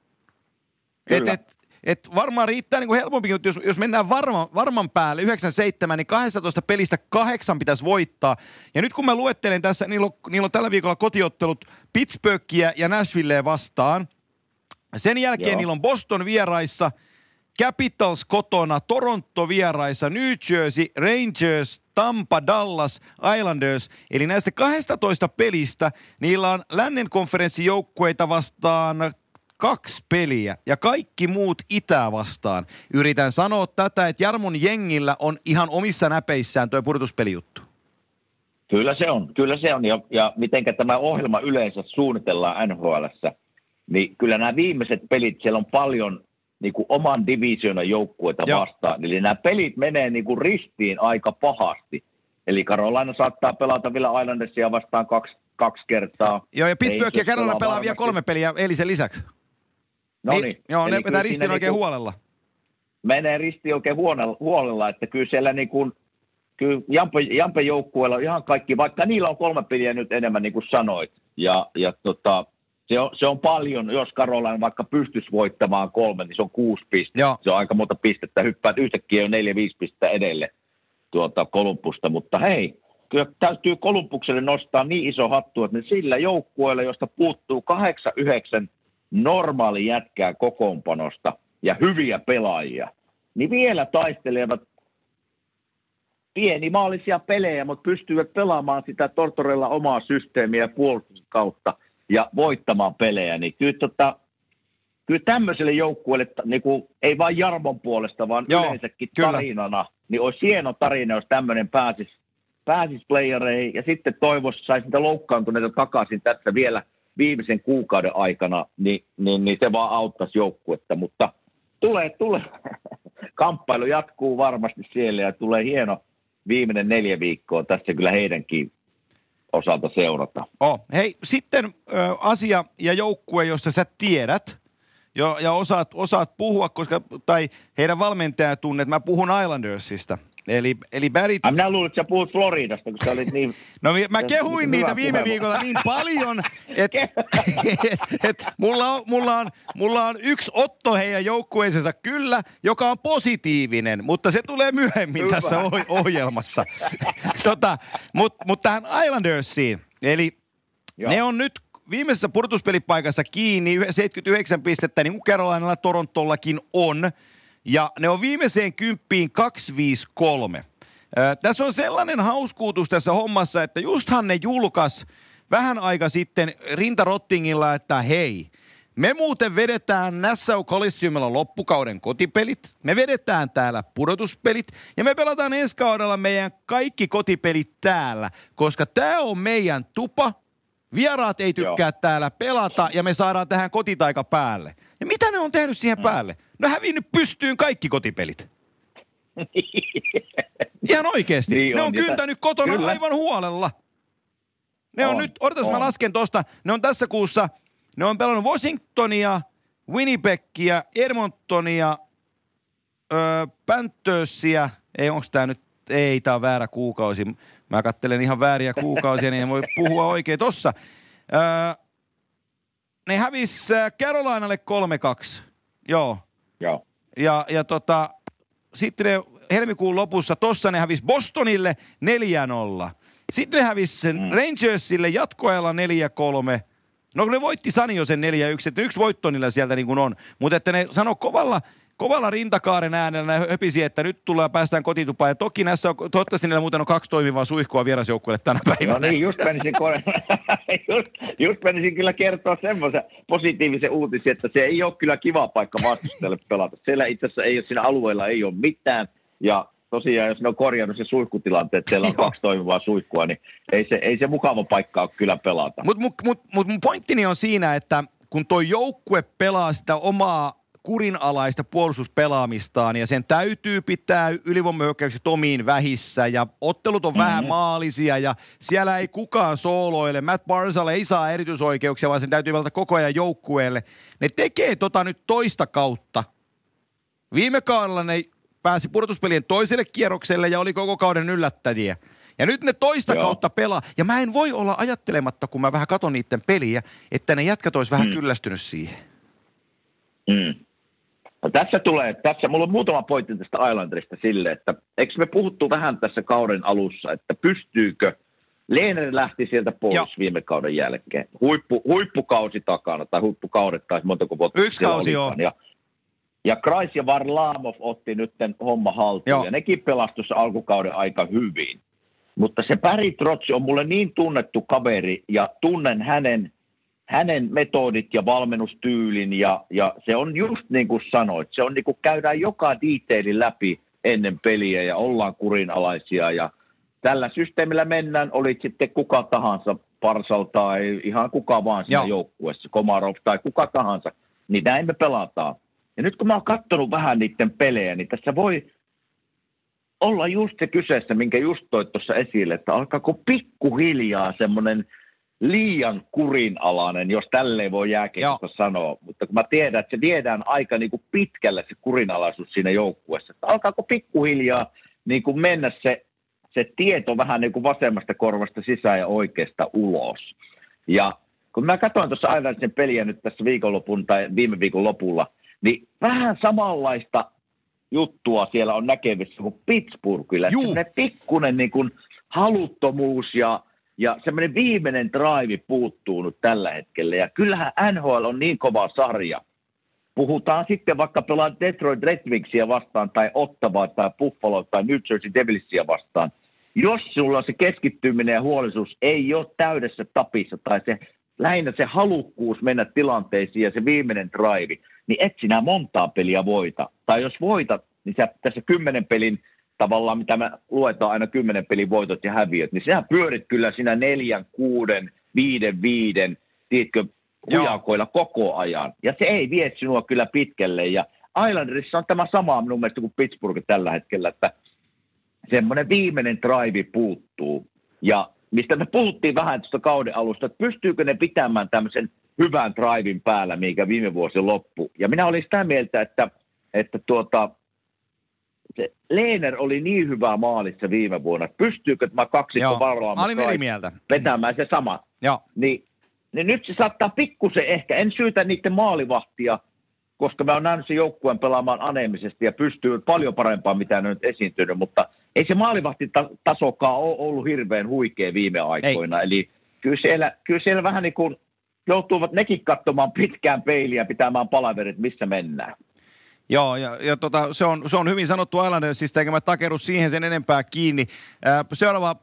Et varmaan riittää niin kuin helpompikin, jos mennään varman päälle 97, niin 12 pelistä 8 pitäisi voittaa. Ja nyt kun mä luettelen tässä, niillä on tällä viikolla kotiottelut Pittsburghia ja Nashvillea vastaan. Sen jälkeen niillä on Boston vieraissa, Capitals kotona, Toronto vieraissa, New Jersey, Rangers, Tampa, Dallas, Islanders. Eli näistä 12 pelistä niillä on lännen konferenssin joukkueita vastaan 2 peliä ja kaikki muut itää vastaan. Yritän sanoa tätä, että Jarmon jengillä on ihan omissa näpeissään tuo pudotuspelijuttu.
Kyllä se on. Ja mitenkä tämä ohjelma yleensä suunnitellaan NHL:ssä, niin kyllä nämä viimeiset pelit, siellä on paljon niin kuin oman divisioonan joukkueita vastaan. Eli nämä pelit menee niin kuin ristiin aika pahasti. Eli Carolina saattaa pelata vielä Islandersia vastaan kaksi kertaa.
Joo, ja Pittsburgh ja Carolina pelaa vielä 3 peliä eilisen lisäksi.
Noniin.
Joo, ne pitää ristiin oikein huolella.
Menee ristiin oikein huolella, että kyllä siellä niin kuin, kyllä Jampen joukkueella on ihan kaikki, vaikka niillä on 3 peliä nyt enemmän niin kuin sanoit. Se on paljon, jos Carolina vaikka pystyisi voittamaan 3, niin se on 6 pistettä.
Joo.
Se on aika monta pistettä. Hyppäät yhtäkkiä jo 4-5 pistettä edelle Columbusta. Mutta hei, kyllä täytyy Columbukselle nostaa niin iso hattu, että ne sillä joukkueella, josta puuttuu 8-9 normaali jätkää kokoonpanosta ja hyviä pelaajia, niin vielä taistelevat pienimaalisia pelejä, mutta pystyvät pelaamaan sitä Tortorella omaa systeemiä puolustuksen kautta ja voittamaan pelejä, niin kyllä tämmöiselle joukkueelle, niin kuin, ei vain Jarmon puolesta, vaan yleensäkin tarinana, niin olisi hieno tarina, jos tämmöinen pääsisi playereihin, ja sitten toivossa saisi niitä loukkaantuneita takaisin tässä vielä viimeisen kuukauden aikana, niin se vaan auttaisi joukkuetta, mutta tulee. Kamppailu jatkuu varmasti siellä, ja tulee hieno viimeinen 4 viikkoa tässä kyllä heidänkin osalta seurata.
Hei, sitten asia ja joukkue, jossa sä tiedät ja osaat puhua, tai heidän valmentajan tunnet, mä puhun Islandersista. Eli Barry...
Minä luulen, että sä puhut Floridasta, kun sä olit niin...
No mä kehuin niitä viime viikolla niin paljon, että mulla on yksi otto heidän joukkueensa kyllä, joka on positiivinen, mutta se tulee myöhemmin tässä ohjelmassa. Mutta tähän Islandersiin, eli ne on nyt viimeisessä pudotuspelipaikassa kiinni 79 pistettä, niin kuin Carolinalla Torontollakin on. Ja ne on viimeiseen 10 2-5-3. Tässä on sellainen hauskuutus tässä hommassa, että justhan ne julkaisi vähän aika sitten rintarottingilla, että hei, me muuten vedetään Nassau Coliseumilla loppukauden kotipelit, me vedetään täällä pudotuspelit ja me pelataan ensi kaudella meidän kaikki kotipelit täällä, koska tää on meidän tupa, vieraat ei tykkää täällä pelata ja me saadaan tähän kotitaika päälle. Ja mitä ne on tehnyt siihen päälle? No hävinnyt pystyyn kaikki kotipelit. Ihan oikeesti.
Niin
ne on kyntänyt kotona aivan huolella. Ne on nyt, mä lasken tosta, ne on tässä kuussa, ne on pelannut Washingtonia, Winnipegia, Edmontonia, Panthersia, tää on väärä kuukausi. Mä katselen ihan vääriä kuukausia, niin en voi puhua oikein tossa. Ne hävis Carolinalle 3-2. Joo. Ja sitten ne helmikuun lopussa tossa ne hävis Bostonille 4-0. Sitten ne hävis Rangersille jatkoajalla 4-3. No ne voitti Sanjosen 4-1, että yksi voitto niillä sieltä niin kuin on. Mutta että ne sanoi kovalla rintakaaren äänellä höpisi, että nyt päästään kotitupaan. Ja toki näissä toivottavasti niillä muuten on 2 toimivaa suihkua vierasjoukkueelle tänä päivänä.
No niin, just menisin kyllä kertoa semmoisen positiivisen uutisen, että se ei ole kyllä kiva paikka vastustajalle pelata. Siellä itse asiassa ei ole, siinä alueella ei ole mitään. Ja tosiaan, jos ne on korjannut se suihkutilanteen, että siellä on 2 toimivaa suihkua, niin ei se mukava paikka ole kyllä pelata.
Mut mun pointtini on siinä, että kun toi joukkue pelaa sitä omaa kurinalaista puolustuspelaamistaan ja sen täytyy pitää ylivoimahyökkäykset omiin vähissä ja ottelut on vähän maalisia ja siellä ei kukaan sooloile. Matt Barzalle ei saa erityisoikeuksia, vaan sen täytyy pelata koko ajan joukkueelle. Ne tekee nyt toista kautta. Viime kaudella ne pääsi pudotuspelien toiselle kierrokselle ja oli koko kauden yllättäjiä. Ja nyt ne toista kautta pelaa. Ja mä en voi olla ajattelematta, kun mä vähän katon niiden peliä, että ne jätkät olisi vähän kyllästynyt siihen.
No tässä mulla on muutama pointti tästä Islanderista sille, että eikö me puhuttu vähän tässä kauden alussa, että pystyykö, Lehner lähti sieltä pois viime kauden jälkeen, huippukausi takana tai huippukaudet tai montako vuotta.
1 kausi joo.
Ja Kreis ja Varlamov otti nyt homma haltuun ja nekin pelastui alkukauden aika hyvin. Mutta se Barry Trotz on mulle niin tunnettu kaveri ja tunnen hänen metodit ja valmennustyylin ja se on just niin kuin sanoit, se on niin kuin käydään joka detaili läpi ennen peliä ja ollaan kurinalaisia ja tällä systeemillä mennään, olit sitten kuka tahansa, Parsal tai ihan kuka vaan siinä joukkueessa, Komarov tai kuka tahansa, niin näin me pelataan. Ja nyt kun mä oon katsonut vähän niiden pelejä, niin tässä voi olla just se kyseessä, minkä just toit tuossa esille, että alkaako pikkuhiljaa semmoinen liian kurinalainen, jos tälleen voi jääkiekosta sanoa. Mutta kun mä tiedän, että se viedään aika niin kuin pitkälle se kurinalaisuus siinä joukkueessa. Että alkaako pikkuhiljaa niin kuin mennä se tieto vähän niin kuin vasemmasta korvasta sisään ja oikeasta ulos. Ja kun mä katsoin tuossa aivan sen peliä nyt tässä viikonlopun tai viime viikon lopulla, niin vähän samanlaista juttua siellä on näkevissä kuin Pittsburghilla. Sellainen pikkuinen niin kuin haluttomuus ja semmoinen viimeinen drive puuttuu nyt tällä hetkellä. Ja kyllähän NHL on niin kova sarja. Puhutaan sitten vaikka pelaa Detroit Red Wingsia vastaan tai Ottavaa tai Buffalo tai New Jersey Devilsia vastaan. Jos sulla se keskittyminen ja huolellisuus ei ole täydessä tapissa tai lähinnä se halukkuus mennä tilanteisiin ja se viimeinen drive, niin et sinä montaa peliä voita. Tai jos voitat, niin sä tässä 10 pelin tavallaan, mitä me luetaan aina 10 pelin voitot ja häviöt, niin sehän pyörit kyllä siinä 4, 6, 5, tiedätkö, hujakoilla koko ajan. Ja se ei vie sinua kyllä pitkälle. Ja Islanderissa on tämä sama minun mielestä kuin Pittsburgh tällä hetkellä, että semmoinen viimeinen drive puuttuu. Ja mistä me puhuttiin vähän tuosta kauden alusta, että pystyykö ne pitämään tämmöisen hyvän drivein päällä, mikä viime vuosi loppu. Ja minä olin sitä mieltä, että se Lehner oli niin hyvä maalissa viime vuonna, että pystyykö tämä kaksikko Varlamov vetämään se sama. Niin nyt se saattaa pikkusen ehkä, en syytä niiden maalivahtia, koska mä oon nähnyt sen joukkueen pelaamaan aneemisesti ja pystyy paljon parempaan, mitä ne on nyt esiintynyt, mutta ei se maalivahtitasokaan ole ollut hirveän huikea viime aikoina. Ei. Eli kyllä siellä vähän niin kuin joutuvat nekin katsomaan pitkään peiliä ja pitämään palaverit, missä mennään.
Joo, ja se on hyvin sanottu Islandersista, eikä mä takeru siihen sen enempää kiinni. Seuraava,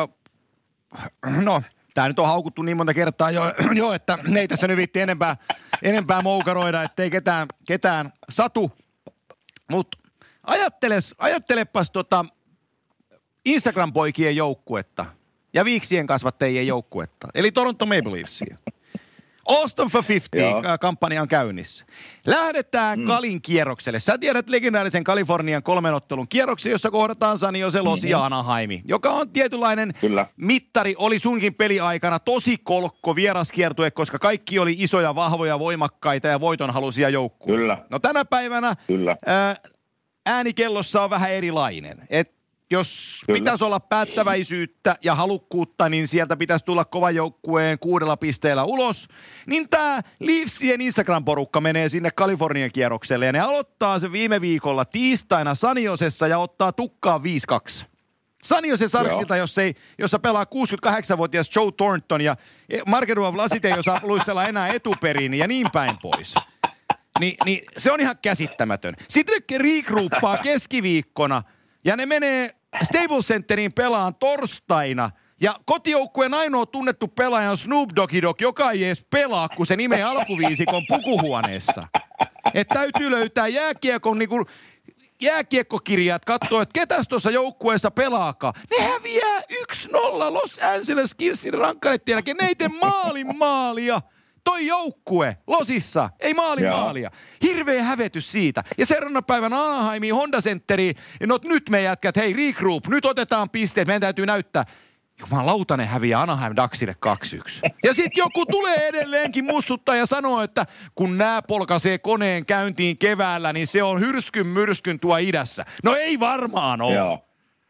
tämä nyt on haukuttu niin monta kertaa jo että ei tässä nyt viitti enempää moukaroida, ettei ketään satu. Mutta ajattelepas Instagram-poikien joukkuetta ja viiksien kasvattajien joukkuetta, eli Toronto Maple Leafsia. Austin for 50-kampanja on käynnissä. Lähdetään Kalin kierrokselle. Sä tiedät legendaarisen Kalifornian 3 ottelun kierroksen, jossa kohdataan San Jose, Los ja Anaheim, joka on tietynlainen mittari, oli sunkin peliaikana tosi kolkko vieraskiertue, koska kaikki oli isoja, vahvoja, voimakkaita ja voitonhaluisia joukkueita. No tänä päivänä äänikellossa on vähän erilainen. Jos pitäisi olla päättäväisyyttä ja halukkuutta, niin sieltä pitäisi tulla kovan joukkueen 6 pisteellä ulos. Niin tämä Leafsien Instagram-porukka menee sinne Kalifornian kierrokselle ja ne aloittaa se viime viikolla tiistaina San Josessa ja ottaa tukkaan 5-2. San Jose Sarksilta, jossa pelaa 68-vuotias Joe Thornton ja Marketov Lasit ei osaa luistella enää etuperin ja niin päin pois. Niin se on ihan käsittämätön. Sitten ne regrouppaa keskiviikkona ja ne menee Staples Centeriin pelaan torstaina. Ja kotijoukkueen ainoa tunnettu pelaaja on Snoop Doggy Dogg, joka ei edes pelaa, kun se nimeä alkuviisikon pukuhuoneessa. Että täytyy löytää jääkiekkokirjat katsoo, että ketäs tuossa joukkueessa pelaakaan. Ne häviää 1-0 Los Angeles Kingsin rankkareiden jälkeen. Ne ei tee maalia. Toi joukkue Losissa, ei maalia. Hirveä hävetys siitä. Ja seuraavana päivänä Anaheimiin Honda Centeriin. No nyt me jätkät, hei regroup, nyt otetaan pisteet, meidän täytyy näyttää. Jumalautainen häviää Anaheim Ducksille 2-1. Ja sitten joku tulee edelleenkin mussuttaa ja sanoo, että kun nää polkaisee koneen käyntiin keväällä, niin se on myrskyn tuo idässä. No ei varmaan ole.
Joo.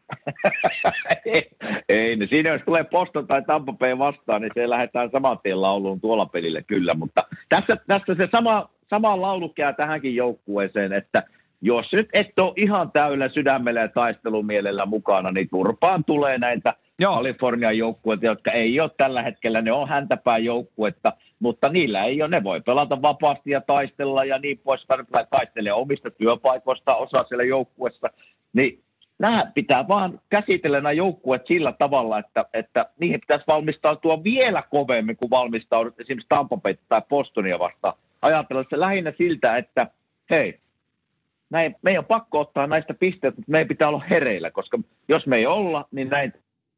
ei, niin siinä jos tulee Boston tai Tampa Bay vastaan, niin se lähdetään saman tien lauluun tuolla pelillä kyllä. Mutta tässä se sama laulu käy tähänkin joukkueeseen, että jos nyt et ole ihan täyllä sydämellä ja taistelumielellä mukana, niin turpaan tulee näitä Kalifornian joukkueita, jotka ei ole tällä hetkellä, ne on häntäpään joukkuetta, mutta niillä ei ole, ne voi pelata vapaasti ja taistella ja niin poispäin, taistelee omista työpaikoista osa siellä joukkueessa, niin nämä pitää vaan käsitellä nämä joukkueet sillä tavalla, että niihin pitäisi valmistautua vielä kovemmin kuin valmistaudut esimerkiksi Tampa Bay tai Bostonia vastaan. Ajatella se lähinnä siltä, että hei, meidän on pakko ottaa näistä pisteitä, mutta meidän pitää olla hereillä, koska jos me ei olla, niin näin.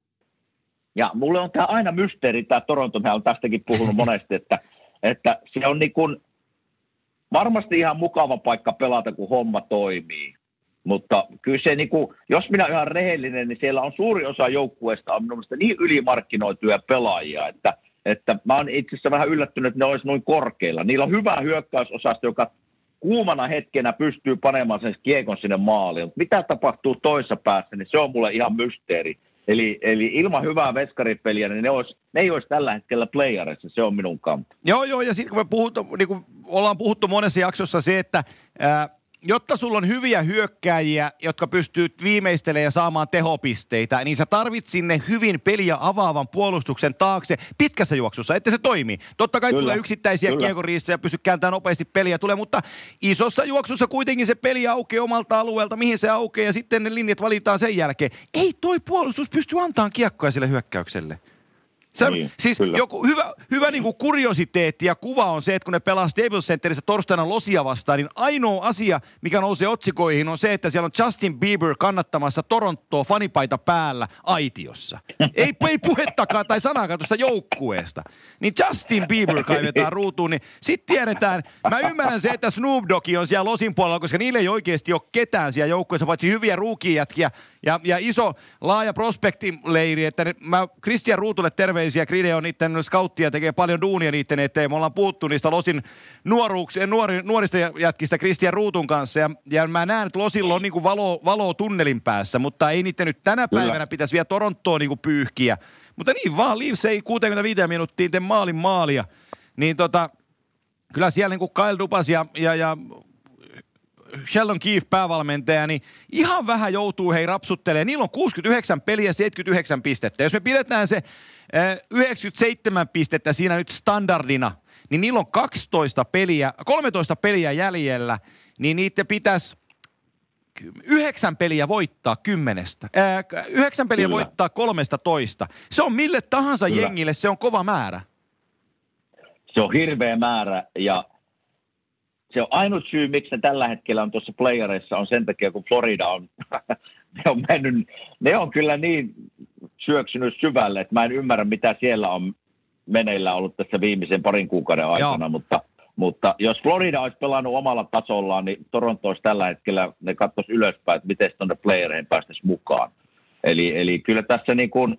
Ja mulle on tämä aina mysteeri, tämä Toronto, mä olen tästäkin puhunut monesti, että se on niin kuin varmasti ihan mukava paikka pelata, kun homma toimii. Mutta kyllä se, niin kuin, jos minä olen ihan rehellinen, niin siellä on suuri osa joukkueesta on minun mielestä niin ylimarkkinoituja pelaajia, että mä oon itse asiassa vähän yllättynyt, että ne olisi noin korkeilla. Niillä on hyvä hyökkäysosasto, joka kuumana hetkenä pystyy panemaan sen kiekon sinne maaliin. Mutta mitä tapahtuu toisessa päässä, niin se on mulle ihan mysteeri. Eli ilman hyvää veskaripeliä, niin ne ei olisi tällä hetkellä playerissa, se on minun kanta.
Joo, ja sitten kun me ollaan puhuttu monessa jaksossa se, että jotta sulla on hyviä hyökkääjiä, jotka pystyy viimeistelemään ja saamaan tehopisteitä, niin sä tarvit sinne hyvin peliä avaavan puolustuksen taakse pitkässä juoksussa, että se toimii. Totta kai tulee yksittäisiä kiekoriistoja, pysty kääntämään nopeasti peliä tulee, mutta isossa juoksussa kuitenkin se peli aukeaa omalta alueelta, mihin se aukeaa, ja sitten ne linjat valitaan sen jälkeen. Ei toi puolustus pysty antamaan kiekkoja sille hyökkäykselle. Siis kyllä. Joku hyvä niin kuin kuriositeetti ja kuva on se, että kun ne pelaa Staples Centerissä torstaina Losia vastaan, niin ainoa asia, mikä nousee otsikoihin, on se, että siellä on Justin Bieber kannattamassa Torontoa fanipaita päällä aitiossa. Ei puhettakaan tai sanaakaan tuosta joukkueesta. Niin Justin Bieber kaivetaan ruutuun, niin sitten tiedetään, mä ymmärrän se, että Snoop Dogg on siellä Losin puolella, koska niillä ei oikeasti ole ketään siellä joukkueessa, paitsi hyviä ruukijätkiä ja iso laaja prospektileiri, että mä Christian Ruutulle terveisiä, Gride on niiden scouttia, tekee paljon duunia niiden eteen. Me ollaan puhuttu niistä Losin nuorista jätkistä Christian Ruutun kanssa ja mä näen, että Losilla on niinku valo tunnelin päässä, mutta ei niiden nyt tänä päivänä pitäisi vielä Torontoa niinku pyyhkiä. Mutta niin vaan, Leafs ei 65 minuuttia tee maalia. Niin kyllä siellä niinku Kyle Dubas ja Sheldon Keefe päävalmentaja, niin ihan vähän joutuu rapsuttelemaan. Niillä on 69 peliä, 79 pistettä. Jos me pidetään se 97 pistettä siinä nyt standardina, niin niillä on 13 peliä jäljellä, niin niitä pitäisi 9 peliä voittaa 10. 9 peliä Kyllä. voittaa 13. Se on mille tahansa Kyllä. jengille, se on kova määrä.
Se on hirveä määrä ja se on ainut syy, miksi ne tällä hetkellä on tuossa playereissa, on sen takia, kun Florida on, ne on kyllä niin syöksynyt syvälle, että mä en ymmärrä, mitä siellä on meneillä ollut tässä viimeisen parin kuukauden aikana, mutta jos Florida olisi pelannut omalla tasollaan, niin Toronto olisi tällä hetkellä, ne katsoisi ylöspäin, että miten tuonne playereihin päästäisiin mukaan. Eli kyllä tässä niin kuin,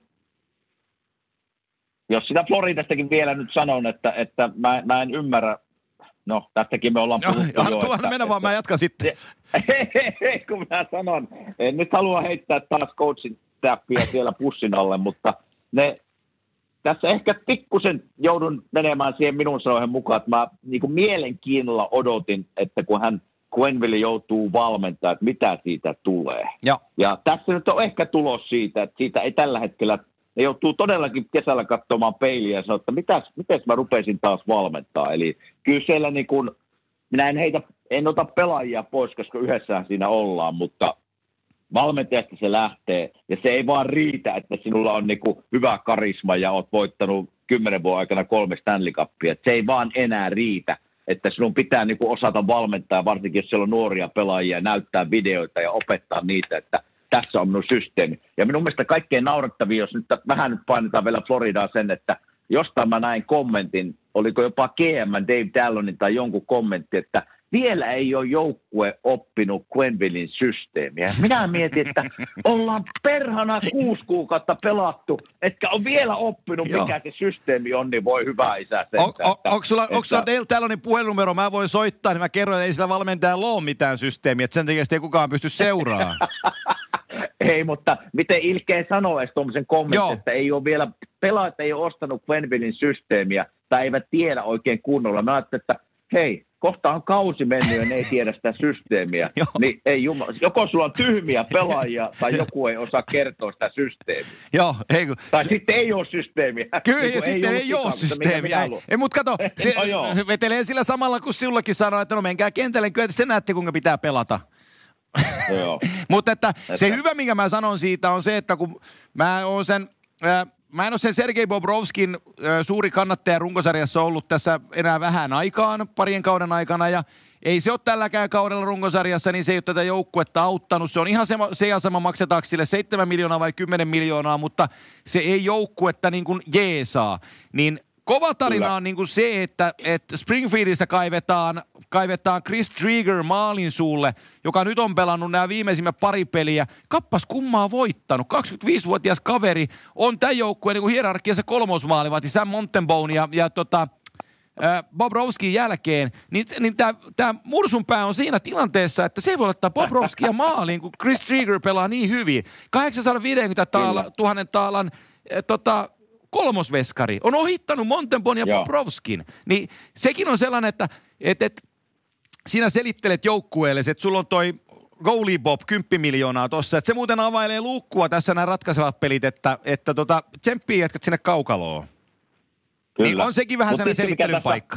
jos sitä Floridastakin vielä nyt sanon, että mä en ymmärrä, no, tästäkin me ollaan puhuttu
jo. Mennä vaan, mä jatkan sitten.
Kun mä sanon, en nyt halua heittää taas coachin täppiä siellä pussin alle, mutta tässä ehkä pikkusen joudun menemään siihen minun sanoihin mukaan, että mä niin kuin mielenkiinnolla odotin, että kun Quenneville joutuu valmentaa, että mitä siitä tulee. Ja tässä nyt on ehkä tulos siitä, että siitä ei tällä hetkellä, ne joutuu todellakin kesällä katsomaan peiliä ja sanoa, että mites mä rupesin taas valmentaa. Eli kyllä siellä niin kuin minä en ota pelaajia pois, koska yhdessähän siinä ollaan, mutta valmentajasta se lähtee, ja se ei vaan riitä, että sinulla on niinku hyvä karisma ja oot voittanut 10 vuoden aikana 3 Stanley Cupia. Et se ei vaan enää riitä, että sinun pitää niinku osata valmentaa, varsinkin jos siellä on nuoria pelaajia, näyttää videoita ja opettaa niitä, että tässä on minun systeemi. Ja minun mielestä kaikkein naurettavia, jos nyt vähän painetaan vielä Floridaa sen, että jostain mä näin kommentin, oliko jopa GM Dave Tallonin tai jonkun kommentti, että vielä ei ole joukkue oppinut Quennevillin systeemiä. Minä mietin, että ollaan perhana 6 kuukautta pelattu, etkä on vielä oppinut, mikä se systeemi on, niin voi hyvä isä sentään.
Onko sulla Dale Tallonin puhelinnumero? Mä voin soittaa, niin mä kerron, että ei sillä valmentajalla ole mitään systeemiä, että sen takia ei kukaan pysty seuraamaan.
Ei, mutta miten ilkeä sanoo edes tuommoisen kommentin, että ei ole vielä, pelaajat ei ole ostanut Quennevillin systeemiä tai eivät tiedä oikein kunnolla. Mä ajattelin, että hei, kohta on kausi mennyt ja ne ei tiedä sitä systeemiä. Niin ei joko sulla on tyhmiä pelaajia tai joku ei osaa kertoa sitä systeemiä.
Joo,
tai sitten ei ole systeemiä.
Kyllä, ja sitten ei ole systeemiä. Ei, mutta kato, se vetelee sillä samalla, kun sinullakin sanoo, että no menkää kentälle, kyllä te näette, kuinka pitää pelata. Mutta että se hyvä, minkä mä sanon siitä, on se, että kun mä en ole sen Sergei Bobrovskin suuri kannattaja runkosarjassa ollut tässä enää vähän aikaan, parien kauden aikana, ja ei se ole tälläkään kaudella runkosarjassa, niin se ei ole tätä joukkuetta auttanut. Se on ihan se sama, maksetaanko sille 7 miljoonaa vai 10 miljoonaa, mutta se ei joukkuetta niin kuin jeesaa. Niin kova tarina on niin kuin se, että Springfieldissä kaivetaan Chris Drieger maalin suulle, joka nyt on pelannut nämä viimeisimmät pari peliä. Kappas kummaa voittanut. 25-vuotias kaveri on tämän joukkueen niin hierarkiassa kolmosmaalivahti Sam Montembeaun ja Bobrovskin jälkeen. Niin tämä mursunpää on siinä tilanteessa, että se ei voi ottaa Bobrovskia maaliin, kun Chris Drieger pelaa niin hyvin. 850 000 taalan kolmosveskari on ohittanut Montembeaun ja Bobrovskin. Niin sekin on sellainen, että sinä selittelet joukkueelle, että sulla on toi goalie Bob 10 miljoonaa tossa, että se muuten availee luukkua tässä nämä ratkaisevat pelit, että tsemppii jätkät sinne kaukaloon. Kyllä. Niin on sekin vähän sellainen selittelyn paikka.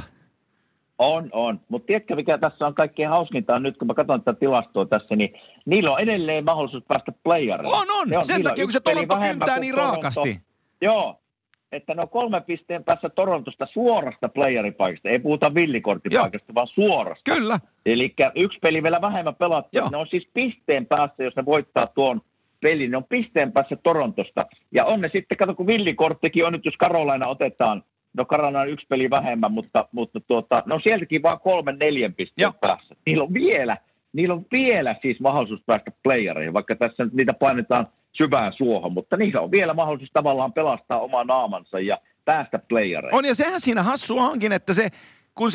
On. Mutta tiedätkö, mikä tässä on kaikkein hauskinta on nyt, kun mä katson tätä tilastoa tässä, niin niillä on edelleen mahdollisuus päästä playeriin.
On. Sen takia, kun se Toronto kyntää niin raakasti.
Joo. Että ne on 3 pisteen päässä Torontosta suorasta playeripaikasta. Ei puhuta villikorttipaikasta, vaan suorasta.
Kyllä.
Eli 1 peli vielä vähemmän pelattu. Ne on siis pisteen päässä, jos ne voittaa tuon pelin. Ne on pisteen päässä Torontosta. Ja on ne sitten, kato kun villikorttikin on nyt, jos Carolina otetaan. No Carolina on 1 peli vähemmän, mutta no sieltäkin vaan 3-4 pisteen päässä. Niillä on vielä siis mahdollisuus päästä playereihin, vaikka tässä nyt niitä painetaan syvään suohon, mutta niillä on vielä mahdollisuus tavallaan pelastaa oma naamansa ja päästä playereihin.
On, ja sehän siinä hassu onkin, että kun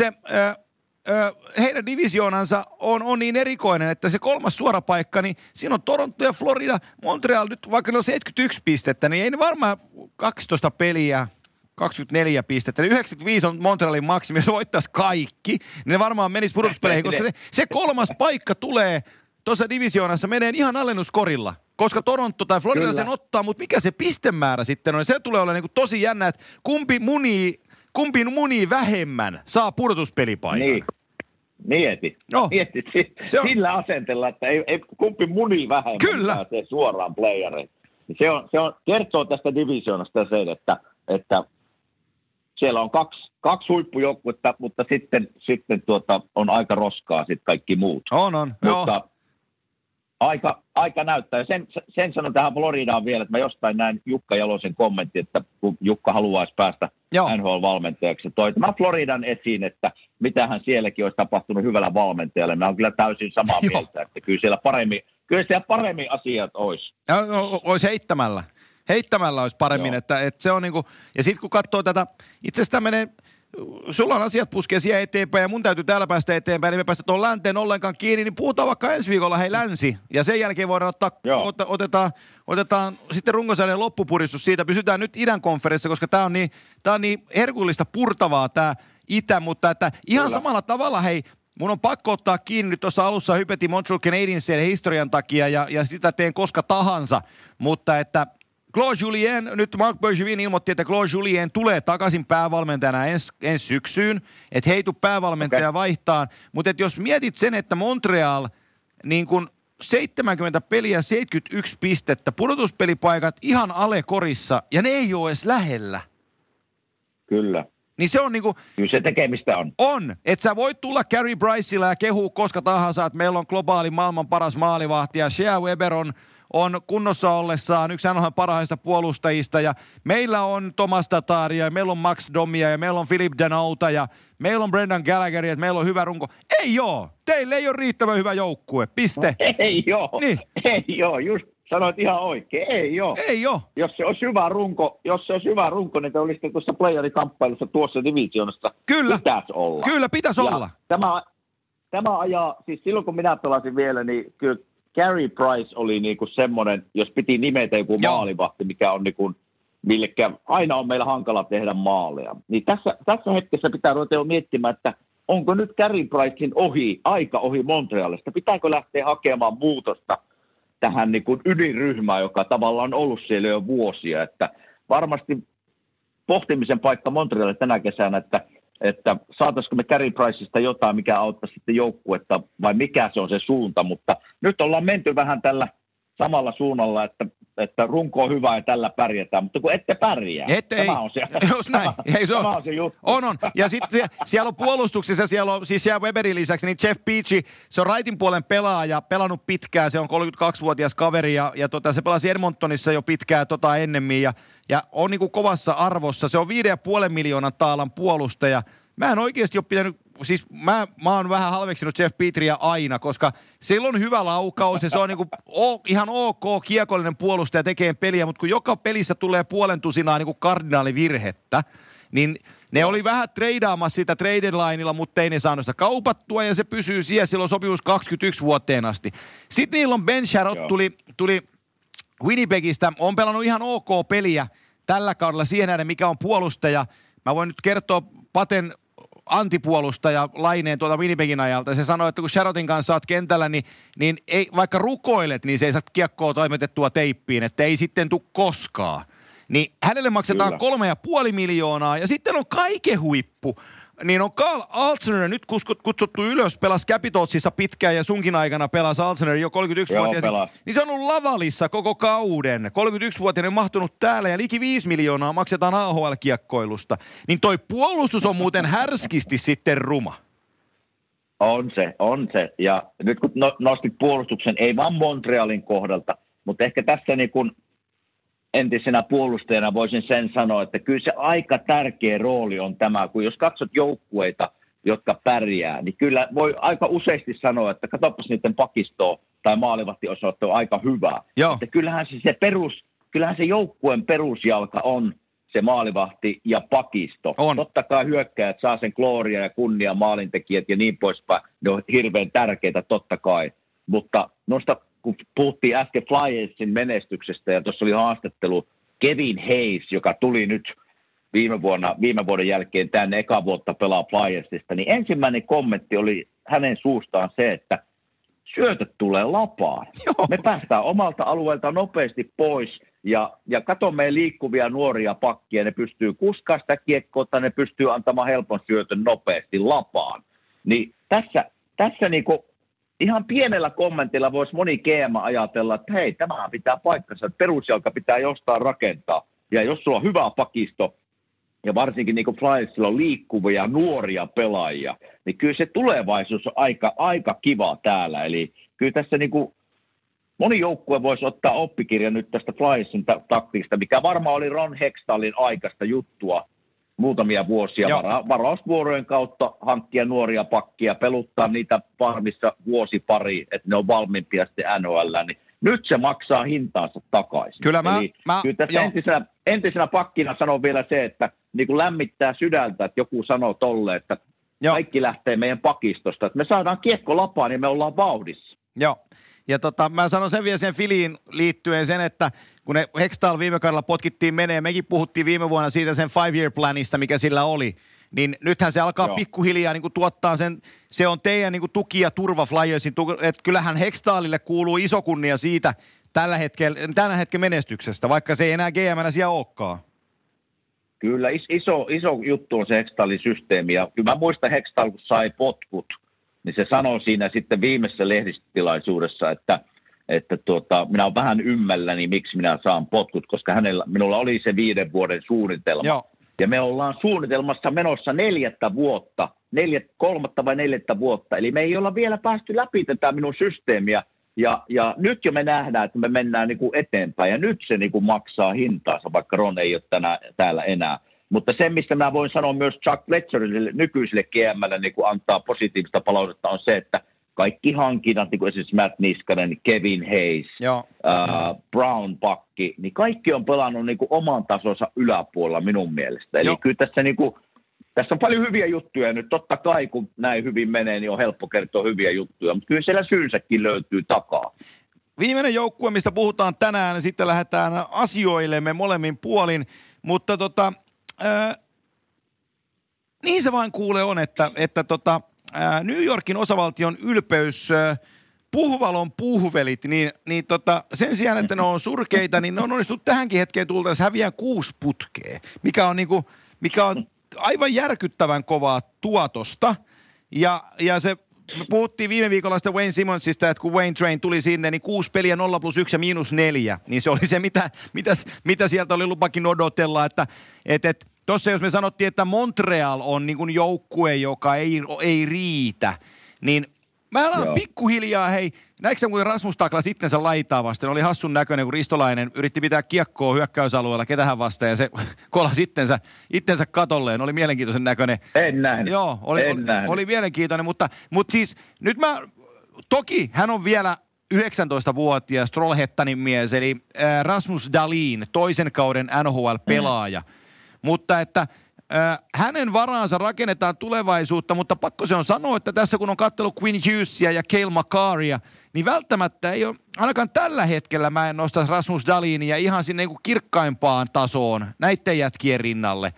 heidän divisioonansa on niin erikoinen, että se 3. suora paikka, niin siinä on Toronto ja Florida, Montreal nyt, vaikka ne on 71 pistettä, niin ei ne varmaan 12 peliä, 24 pistettä, eli 95 on Montrealin maksimi, jos voittaisi kaikki, niin ne varmaan menisi pudotuspeleihin, koska se 3. paikka tulee tuossa divisioonassa, menee ihan alennuskorilla, koska Toronto tai Florida sen ottaa, mutta mikä se pistemäärä sitten on, se tulee olla niin kuin tosi jännä, että kumpi munii vähemmän saa pudotuspelipaikan.
Niin. Mieti sillä asenteella, että ei kumpi munii vähemmän pääsee suoraan playereihin. Se on kertoo tästä divisioonasta sen, että siellä on kaksi huippujoukkuetta, mutta sitten on aika roskaa sitten kaikki muut.
On.
Mutta aika näyttää. Ja sen sanon tähän Floridaan vielä, että mä jostain näin Jukka Jalosen kommentti, että kun Jukka haluaisi päästä NHL-valmentajaksi. Toi tämä Floridan esiin, että mitähän sielläkin olisi tapahtunut hyvällä valmentajalla. Mä oon kyllä täysin samaa mieltä, että kyllä siellä paremmin asiat olisi.
Olisi heittämällä olisi paremmin, että se on niinku, ja sitten kun katsoo tätä, itse asiassa tämmöinen, sulla on asiat puskee siihen eteenpäin ja mun täytyy täällä päästä eteenpäin, niin me päästä tuon länteen ollenkaan kiinni, niin puhutaan vaikka ensi viikolla länsi, ja sen jälkeen voidaan otetaan sitten runkosarjan loppupuristus siitä, pysytään nyt idän konferenssissa, koska tää on niin herkullista purtavaa tää itä, mutta että ihan samalla tavalla hei, mun on pakko ottaa kiinni, nyt tuossa alussa hypetin Montreal Canadiensin historian takia ja sitä teen koska tahansa, mutta että Claude Julien, nyt Marc Bergevin ilmoitti, että Claude Julien tulee takaisin päävalmentajana ensi syksyyn, että he ei tule päävalmentaja vaihtaa, mutta jos mietit sen, että Montreal niin kun 70 peliä, 71 pistettä, pudotuspelipaikat ihan alekorissa ja ne ei ole edes lähellä.
Kyllä.
Niin se on niinku...
Kyllä se tekemistä on.
On. Että sä voit tulla Carey Priceilla ja kehua koska tahansa, että meillä on globaali maailman paras maalivahti ja Shea Weber on kunnossa ollessaan yksi NHL:n parhaista puolustajista ja meillä on Thomas Tataria ja meillä on Max Domia ja meillä on Philip Danouta ja meillä on Brendan Gallagher ja meillä on hyvä runko. Ei oo! Teille ei ole riittävän hyvä joukkue. Piste.
Ei oo.
Niin.
Ei oo. Just sanoit ihan oikein. Ei oo.
Ei oo.
Jos se olisi hyvä runko, niin te olisitte tuossa playerikamppailussa tuossa divisioonassa.
Kyllä.
Pitäisi olla.
Kyllä, pitäisi olla.
Tämä ajaa, siis silloin kun minä pelasin vielä, niin kyllä Carey Price oli niinku semmoinen, jos piti nimetä joku maalivahti, mikä on niinku, millekä aina on meillä hankala tehdä maaleja. Niin tässä hetkessä pitää ruveta jo miettimään, että onko nyt Carey Pricein aika ohi Montrealista. Pitääkö lähteä hakemaan muutosta tähän niinku ydinryhmään, joka tavallaan on ollut siellä jo vuosia. Että varmasti pohtimisen paikka Montrealille tänä kesänä, että saataisiko me Carey Priceista jotain, mikä auttaisi sitten joukkuetta, vai mikä se on se suunta, mutta nyt ollaan menty vähän tällä samalla suunnalla, että runko on hyvä ja tällä pärjätään, mutta kun ette pärjää. Tämä on se,
tämä
on se juttu.
On. Ja sitten siellä on puolustuksessa, siellä on siis Weberin lisäksi, niin Jeff Beachy, se on raitin puolen pelaaja, pelannut pitkään, se on 32-vuotias kaveri ja se pelasi Edmontonissa jo pitkään ennemmin ja on niin kuin kovassa arvossa. Se on 5,5 miljoonan taalan puolustaja. Mä en oikeasti ole pitänyt, siis mä oon vähän halveksinut Jeff Petryä aina, koska sillä on hyvä laukaus ja se on niinku ihan ok kiekollinen puolustaja tekee peliä, mutta kun joka pelissä tulee puolen tusinaa niinku kardinaalivirhettä, niin ne oli vähän treidaamassa sitä trade lineilla, mutta ei ne saanut sitä kaupattua ja se pysyy siellä, sillä on sopimus 21 vuoteen asti. Sitten niillä on Ben Sherratt, tuli Winnipegistä, on pelannut ihan ok peliä tällä kaudella siihen nähden, mikä on puolustaja. Mä voin nyt kertoa Paten antipuolustaja Laineen tuolta Winnipegin ajalta. Se sanoi, että kun Sherrattin kanssa oot kentällä, niin ei, vaikka rukoilet, niin se ei saa kiekkoa toimitettua teippiin, että ei sitten tule koskaan. Niin hänelle maksetaan 3,5 miljoonaa ja sitten on kaiken huippu. Niin on Carl Alzner nyt kutsuttu ylös, pelasi Capitalsissa pitkään ja sunkin aikana pelasi Alzner jo 31-vuotias. Niin se on ollut Lavalissa koko kauden. 31-vuotiainen on mahtunut täällä ja liki 5 miljoonaa maksetaan AHL-kiekkoilusta. Niin toi puolustus on muuten härskisti sitten ruma.
On se. Ja nyt kun nostit puolustuksen, ei vaan Montrealin kohdalta, mutta ehkä tässä niin kun entisenä puolustajana voisin sen sanoa, että kyllä se aika tärkeä rooli on tämä, kun jos katsot joukkueita, jotka pärjää, niin kyllä voi aika useasti sanoa, että katsopas niiden pakistoa tai maalivahtiosoitto on aika hyvä. Että kyllähän se joukkueen perusjalka on se maalivahti ja pakisto.
On.
Totta kai hyökkäjät saa sen glooria ja kunnia, maalintekijät ja niin poispäin. Ne on hirveän tärkeitä totta kai, mutta noista kun puhuttiin äsken Flyersin menestyksestä ja tuossa oli haastattelu Kevin Hayes, joka tuli nyt viime vuoden jälkeen tänne eka vuotta pelaa Flyersista, niin ensimmäinen kommentti oli hänen suustaan se, että syötöt tulee lapaan.
Joo.
Me päästään omalta alueelta nopeasti pois ja katsomme liikkuvia nuoria pakkia, ne pystyy kuskaa sitä kiekkoa tai ne pystyy antamaan helpon syötön nopeasti lapaan. Niin tässä niinku ihan pienellä kommentilla voisi moni GM ajatella, että hei, tämähän pitää paikkansa, että perusjalka pitää jostain rakentaa. Ja jos sulla on hyvä pakisto, ja varsinkin niin kuin Flyersilla on liikkuvia nuoria pelaajia, niin kyllä se tulevaisuus on aika kiva täällä. Eli kyllä tässä niin kuin moni joukkue voisi ottaa oppikirjan nyt tästä Flyersin taktiikasta, mikä varmaan oli Ron Hextallin aikaista juttua muutamia vuosia varausvuorojen kautta hankkia nuoria pakkia, peluttaa niitä farmissa vuosi pari, että ne on valmiimpia sitten NHL, niin nyt se maksaa hintaansa takaisin.
Kyllä
kyllä tässä entisenä pakkina sanon vielä se, että niin kuin lämmittää sydältä, että joku sanoo tolle, että kaikki lähtee meidän pakistosta, että me saadaan kiekko lapaan niin me ollaan vauhdissa.
Joo. Ja mä sanon sen vielä sen Filiin liittyen sen, että kun ne Hextall viime kaudella potkittiin menee, mekin puhuttiin viime vuonna siitä sen 5-year planista, mikä sillä oli, niin nythän se alkaa pikkuhiljaa niin kuin tuottaa sen, se on teidän niin kuin tuki ja turva Flyersin, että kyllähän Hextallille kuuluu iso kunnia siitä tällä hetken menestyksestä, vaikka se ei enää GM:nä siellä olekaan.
Kyllä, iso juttu on se Hextallin systeemi, ja kyllä mä muistan Hextall, kun sai potkut, niin se sanoi siinä sitten viimeisessä lehdistötilaisuudessa, että minä olen vähän ymmälläni, miksi minä saan potkut, koska minulla oli se 5 vuoden suunnitelma. Joo. Ja me ollaan suunnitelmassa menossa 4 vuotta, 3. vai 4. vuotta, eli me ei olla vielä päästy läpi tätä minun systeemiä, ja nyt jo me nähdään, että me mennään niin kuin eteenpäin, ja nyt se niin kuin maksaa hintaansa, vaikka Ron ei ole täällä enää. Mutta se, mistä mä voin sanoa myös Chuck Fletcherille, nykyiselle GM:lle, niin kuin antaa positiivista palautetta, on se, että kaikki hankinnat, niin kuin esimerkiksi Matt Niskanen, Kevin Hayes, Brown pakki, niin kaikki on pelannut niin kuin oman tasonsa yläpuolella minun mielestä. Eli kyllä tässä, niin kuin, tässä on paljon hyviä juttuja nyt. Totta kai, kun näin hyvin menee, niin on helppo kertoa hyviä juttuja, mutta kyllä siellä syynsäkin löytyy takaa.
Viimeinen joukkue, mistä puhutaan tänään, niin sitten lähdetään asioillemme molemmin puolin, mutta niin se vain kuule on, että New Yorkin osavaltion ylpeys, Puhvalon puhvelit, niin sen sijaan, että ne on surkeita, niin ne on onnistunut tähänkin hetkeen tultaessa häviää 6 putkea, mikä on aivan järkyttävän kovaa tuotosta. Ja se, me puhuttiin viime viikolla sitä Wayne Simmonsista, että kun Wayne Train tuli sinne, niin 6 peliä 0+1 ja -4, niin se oli se, mitä sieltä oli lupakin odotella, että tuossa jos me sanottiin, että Montreal on niin kuin joukkue, joka ei riitä, niin mä alan pikkuhiljaa, näikö sä muuten Rasmus taklasi itsensä laitaa vasten? Oli hassun näköinen, kun Ristolainen yritti pitää kiekkoa hyökkäysalueella ketähän vastaan, ja se kolasi itsensä katolleen. Oli mielenkiintoisen näköinen.
En nähnyt.
Joo, oli mielenkiintoinen, mutta siis nyt toki hän on vielä 19-vuotias Trollhättanin mies, eli Rasmus Dahlin, toisen kauden NHL-pelaaja. Mutta että hänen varaansa rakennetaan tulevaisuutta, mutta pakko se on sanoa, että tässä kun on katsellut Quinn Hughesia ja Cale Makaria, niin välttämättä ei ole, ainakaan tällä hetkellä mä en nostaisi Rasmus Dahlinia ihan sinne niin kirkkaimpaan tasoon näiden jätkien rinnalle.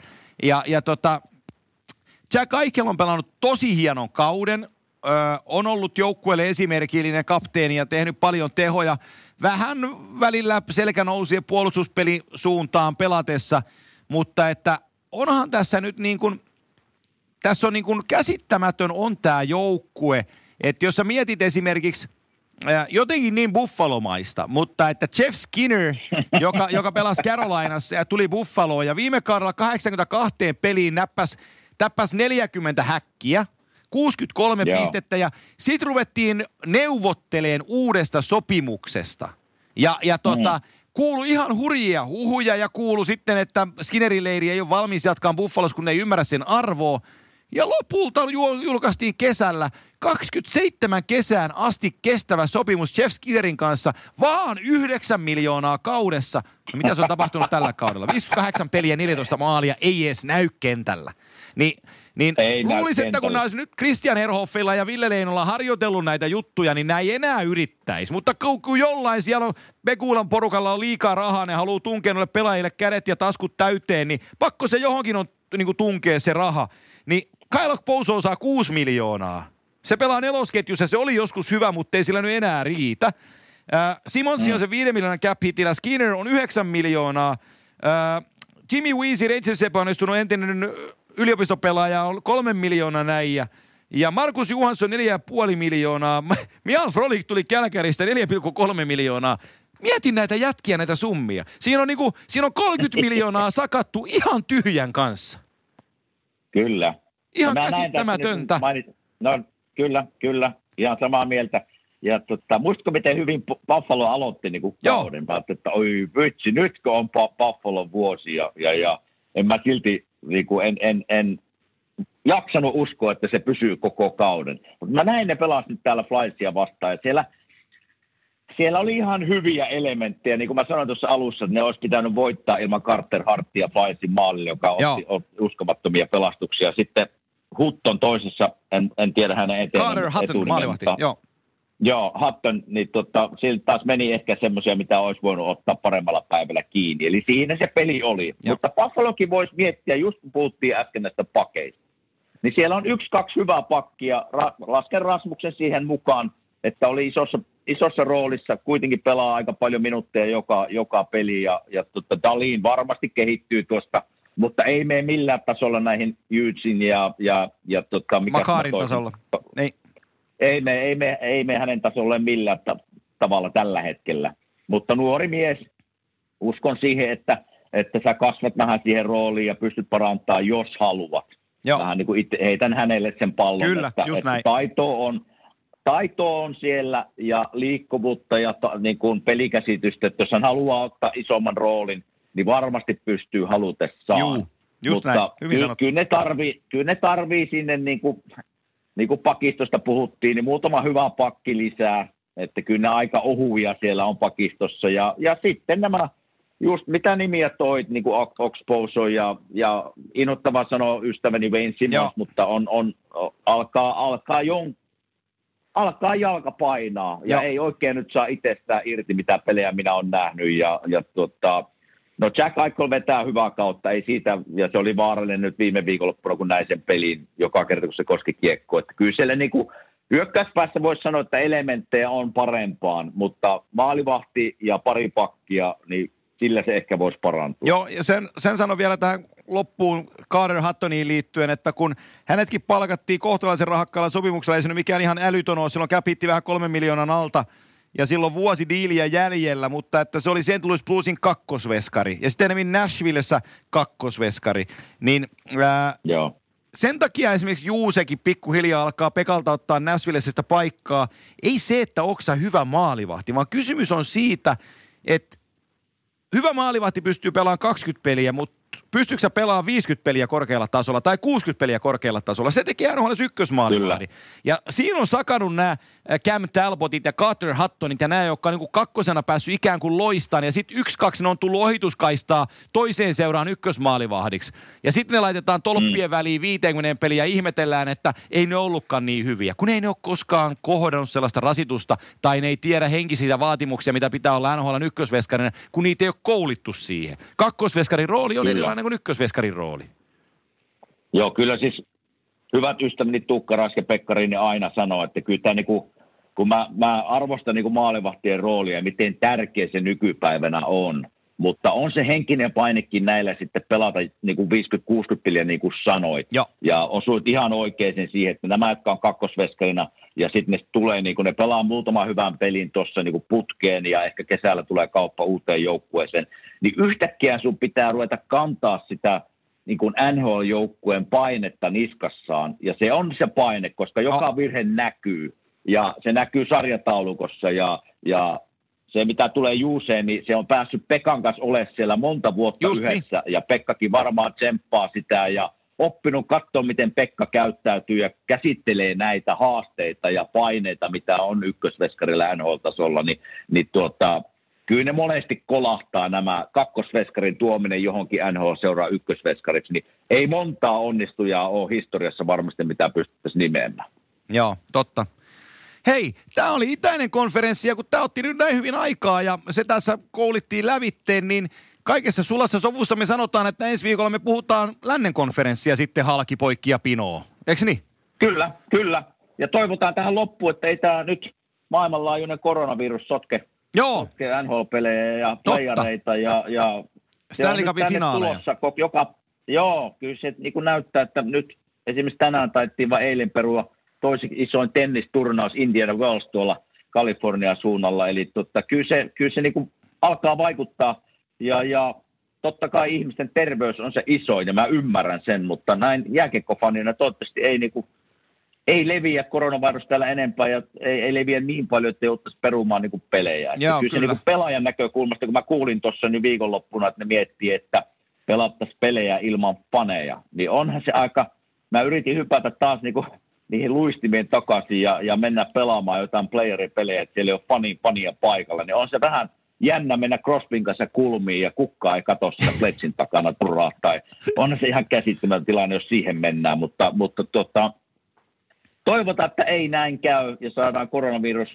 Jack Eichel on pelannut tosi hienon kauden, on ollut joukkueelle esimerkillinen kapteeni ja tehnyt paljon tehoja. Vähän välillä selkä nousee puolustuspelin suuntaan pelatessa, mutta että onhan tässä nyt niin kuin, tässä on niin kuin käsittämätön on tämä joukkue, että jos sä mietit esimerkiksi jotenkin niin buffalomaista, mutta että Jeff Skinner, joka pelasi Carolinassa ja tuli Buffaloon ja viime kaudella 82 peliin täppäs 40 häkkiä, 63 pistettä ja sit ruvettiin neuvotteleen uudesta sopimuksesta kuului ihan hurjia huhuja ja kuului sitten, että Skinnerin leiri ei ole valmis jatkaan Buffalossa, kun ne ei ymmärrä sen arvoa. Ja lopulta julkaistiin kesällä 27 kesään asti kestävä sopimus Jeff Skinnerin kanssa, vaan 9 miljoonaa kaudessa. No, mitä se on tapahtunut tällä kaudella? 58 peliä, 14 maalia, ei edes näy kentällä. Niin luulisin, että kun nämä olisi nyt Christian Ehrhoffilla ja Ville Leinolla harjoitellut näitä juttuja, niin näin ei enää yrittäisi. Mutta kun jollain siellä on Bekulan porukalla on liikaa rahaa, ne haluaa tunkea noille pelaajille kädet ja taskut täyteen, niin pakko se johonkin on niin kuin tunkea se raha. Niin Kyle Poso saa 6 miljoonaa. Se pelaa nelosketjussa, se oli joskus hyvä, mutta ei sillä nyt enää riitä. Simonsi on se 5 miljoonan cap hitillä, Skinner on 9 miljoonaa. Jimmy Weezy, Rangers epäonnistunut entinen yliopistopelaaja on 3 miljoonaa näin. Ja Markus Johansson 4,5 miljoonaa. Mial Frolik tuli Kälkäristä 4,3 miljoonaa. Mietin näitä jätkiä, näitä summia. Siinä on 30 miljoonaa sakattu ihan tyhjän kanssa.
Kyllä.
Ihan käsittämätöntä.
No kyllä. Ihan samaa mieltä. Ja muistatko, miten hyvin Buffalo aloitti niin kuin kauden? Mä ajattelin, että oi vitsi, nytkö on Buffalon vuosi ja en mä silti niin kuin en jaksanut uskoa, että se pysyy koko kauden. Mutta mä näin ne pelasi nyt täällä Flyersia vastaan ja siellä oli ihan hyviä elementtejä. Niin kuin mä sanoin tuossa alussa, että ne olisi pitänyt voittaa ilman Carter Hartia Flyersin maalille, joka otti uskomattomia pelastuksia. Sitten Hutton toisessa, en tiedä hänen eteen.
Carter Hutton maalivahti, joo.
Joo, Hutton, niin sillä taas meni ehkä semmoisia, mitä olisi voinut ottaa paremmalla päivällä kiinni. Eli siinä se peli oli. Joo. Mutta Buffalokin voisi miettiä, just kun puhuttiin äsken näistä pakeista. Niin siellä on 1-2 hyvää pakkia. Lasken Rasmuksen siihen mukaan, että oli isossa isossa roolissa, kuitenkin pelaa aika paljon minuutteja joka peli, ja Dahlin varmasti kehittyy tuosta, mutta ei mene millään tasolla näihin Hughesin ja
Makarin tasolla.
Ei mene hänen tasolle millään tavalla tällä hetkellä, mutta nuori mies, uskon siihen, että sä kasvat vähän siihen rooliin ja pystyt parantamaan, jos haluat.
Joo.
Vähän niin kuin itse heitän hänelle sen pallon,
kyllä,
että
näin.
Taito on siellä ja liikkuvuutta ja niin kuin pelikäsitystä, että jos hän haluaa ottaa isomman roolin, niin varmasti pystyy halutessaan.
Juu, just näin, hyvin sanottu.
Kyllä ne tarvii sinne, niin kuin pakistosta puhuttiin, niin muutama hyvä pakki lisää, että kyllä ne aika ohuja siellä on pakistossa. Ja sitten nämä, just mitä nimiä toit, niin kuin Oxbozo ja innoittava sanoa ystäväni Wayne Simmons, mutta alkaa jalka painaa ja ei oikein nyt saa itsestään irti, mitä pelejä minä olen nähnyt. No Jack Eichel vetää hyvää kautta, ei siitä, ja se oli vaarallinen nyt viime viikonloppuna, kun näin sen pelin joka kerta, kun se koski kiekkoa. Että kyllä siellä niin kuin hyökkäyspäässä voisi sanoa, että elementtejä on parempaan, mutta maalivahti ja pari pakkia, niin sillä se ehkä voisi parantua.
Joo, ja sen sanon vielä tähän loppuun Carter Huttoniin liittyen, että kun hänetkin palkattiin kohtalaisen rahakkaalla sopimuksella, ei se nyt mikään ihan älytön ole, silloin cap hitti vähän 3 miljoonan alta, ja silloin vuosi diiliä jäljellä, mutta että se oli St. Louis Bluesin kakkosveskari, ja sitten enemmän Nashvillessä kakkosveskari, niin
Joo.
Sen takia esimerkiksi Juusekin pikkuhiljaa alkaa Pekalta ottaa Nashvillessä sitä paikkaa, ei se, että onko sä hyvä maalivahti, vaan kysymys on siitä, että hyvä maalivahti pystyy pelaamaan 20 peliä, mutta pystyykö sä pelaamaan 50 peliä korkealla tasolla tai 60 peliä korkealla tasolla? Se tekee NHL ykkösmaalivahdin. Ja siinä on sakannut nämä Cam Talbotit ja Carter Huttonit ja nämä, jotka on niin kakkosena päässyt ikään kuin loistaan. Ja sitten 1-2 ne on tullut ohituskaistaa toiseen seuraan ykkösmaalivahdiksi. Ja sitten ne laitetaan tolppien väliin 50 peliä ja ihmetellään, että ei ne ollutkaan niin hyviä. Kun ei ne ole koskaan kohdannut sellaista rasitusta tai ne ei tiedä henkisiä vaatimuksia, mitä pitää olla NHL:n ykkösveskarina, kun niitä ei ole koulittu siihen. Kakkosveskarin rooli on erilainen kuin ykkösveskarin rooli.
Joo, kyllä siis hyvät ystäväni Tuukka Rask ja Pekka Rinne aina sanoo, että kyllä tämä niinku, kun mä arvostan niinku maalivahtien roolia ja miten tärkeä se nykypäivänä on, mutta on se henkinen painekin näillä sitten pelata niinku 50-60 peliä niin kuin sanoit.
Joo.
Ja osuit ihan oikein siihen, että nämä, jotka on kakkosveskarina ja sitten ne tulee, niinku, ne pelaa muutaman hyvän pelin tuossa niinku putkeen ja ehkä kesällä tulee kauppa uuteen joukkueeseen, niin yhtäkkiä sun pitää ruveta kantaa sitä niin kuin NHL-joukkueen painetta niskassaan, ja se on se paine, koska joka virhe näkyy, ja se näkyy sarjataulukossa, ja se mitä tulee Juuseen, niin se on päässyt Pekan kanssa olemaan siellä monta vuotta just yhdessä, niin. Ja Pekkakin varmaan tsemppaa sitä, ja oppinut katsoa, miten Pekka käyttäytyy ja käsittelee näitä haasteita ja paineita, mitä on ykkösveskarilla NHL-tasolla, niin kyllä ne monesti kolahtaa nämä kakkosveskarin tuominen johonkin NHL-seuraa ykkösveskariksi, niin ei montaa onnistujaa ole historiassa varmasti, mitä pystyttäisiin nimeämään.
Joo, totta. Hei, tämä oli itäinen konferenssi, ja kun tämä otti nyt näin hyvin aikaa, ja se tässä koulittiin lävitteen, niin kaikessa sulassa sovussa me sanotaan, että ensi viikolla me puhutaan lännen konferenssia sitten halki, poikki ja pinoo. Eikö niin?
Kyllä. Ja toivotaan tähän loppuun, että ei tämä nyt maailmanlaajuinen koronavirus sotke NHL-pelejä ja playareita ja
Stanley Cupin finaaleja.
Joo, kyllä se niin kuin näyttää, että nyt esimerkiksi tänään taittiin vai eilen perua toisin isoin tennisturnaus Indiana Wells tuolla Kalifornian suunnalla. Eli kyllä se niin kuin alkaa vaikuttaa ja totta kai ihmisten terveys on se isoin ja mä ymmärrän sen, mutta näin jääkiekkofanina toivottavasti ei leviä koronavirus täällä enempää ja ei leviä niin paljon, että jouttaisi perumaan niin kuin pelejä.
Joo,
kyllä se niin kuin pelaajan näkökulmasta, kun mä kuulin tuossa niin viikonloppuna, että ne miettii, että pelattaisiin pelejä ilman faneja, niin onhan se aika, mä yritin hypätä taas niin kuin niihin luistimien takaisin ja mennä pelaamaan jotain playeripelejä, että siellä ei ole fania paikalla, niin on se vähän jännä mennä Crosbyn kanssa kulmiin ja kukkaa ei katso sitä Fletchin takana turraa, tai onhan se ihan käsittämätön tilanne, jos siihen mennään, mutta toivotaan, että ei näin käy ja saadaan koronavirus,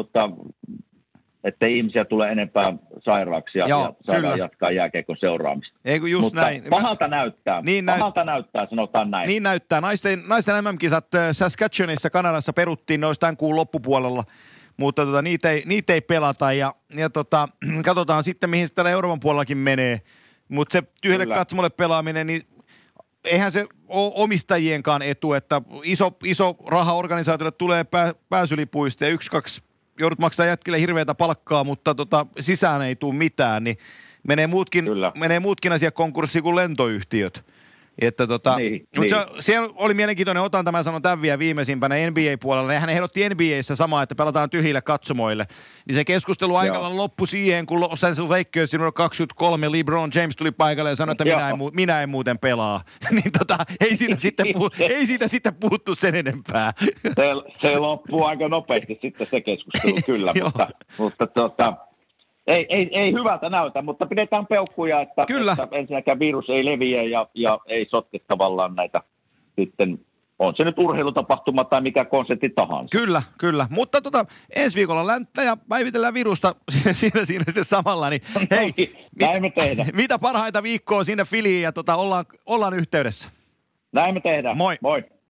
että ihmisiä tulee enempää sairaaksi ja saadaan jatkaa jääkiekon seuraamista.
Ei kun just
mutta
näin.
Pahalta näyttää. Pahalta näyttää, sanotaan näin.
Niin näyttää. Naisten MM-kisat Saskatchewanissa Kanadassa peruttiin, ne olisi tämän kuun loppupuolella. mutta niitä ei pelata ja katsotaan sitten, mihin se täällä Euroopan puolellakin menee. Mutta se tyhjelle katsomolle pelaaminen, niin eihän se ole omistajienkaan etu, että iso raha organisaatiolle tulee pääsylipuista ja 1-2 joudut maksaa jätkille hirveätä palkkaa, mutta sisään ei tule mitään, niin menee muutkin asiat konkurssiin kuin lentoyhtiöt. Että se oli mielenkiintoinen, otan tämän sanon tämän vielä viimeisimpänä NBA-puolella. Hän ehdotti NBA:ssä samaa, että pelataan tyhjille katsomoille. Niin se keskustelu aikalla loppui siihen, kun Los Angeles Lakers 23 LeBron James tuli paikalle ja sanoi, että minä en muuten pelaa. Niin ei siitä sitten puhuttu sen enempää.
Se loppuu aika nopeasti sitten se keskustelu, kyllä. mutta Ei hyvältä näytä, mutta pidetään peukkuja, että ensinnäkään virus ei leviä ja ei sotke tavallaan näitä sitten, on se nyt urheilutapahtuma tai mikä konsepti tahansa.
Kyllä. Mutta ensi viikolla länttä ja päivitellään virusta siinä sitten samalla. Niin, hei,
näin me tehdään.
Mitä parhaita viikkoa sinne Filiin ja ollaan yhteydessä.
Näin me tehdään.
Moi.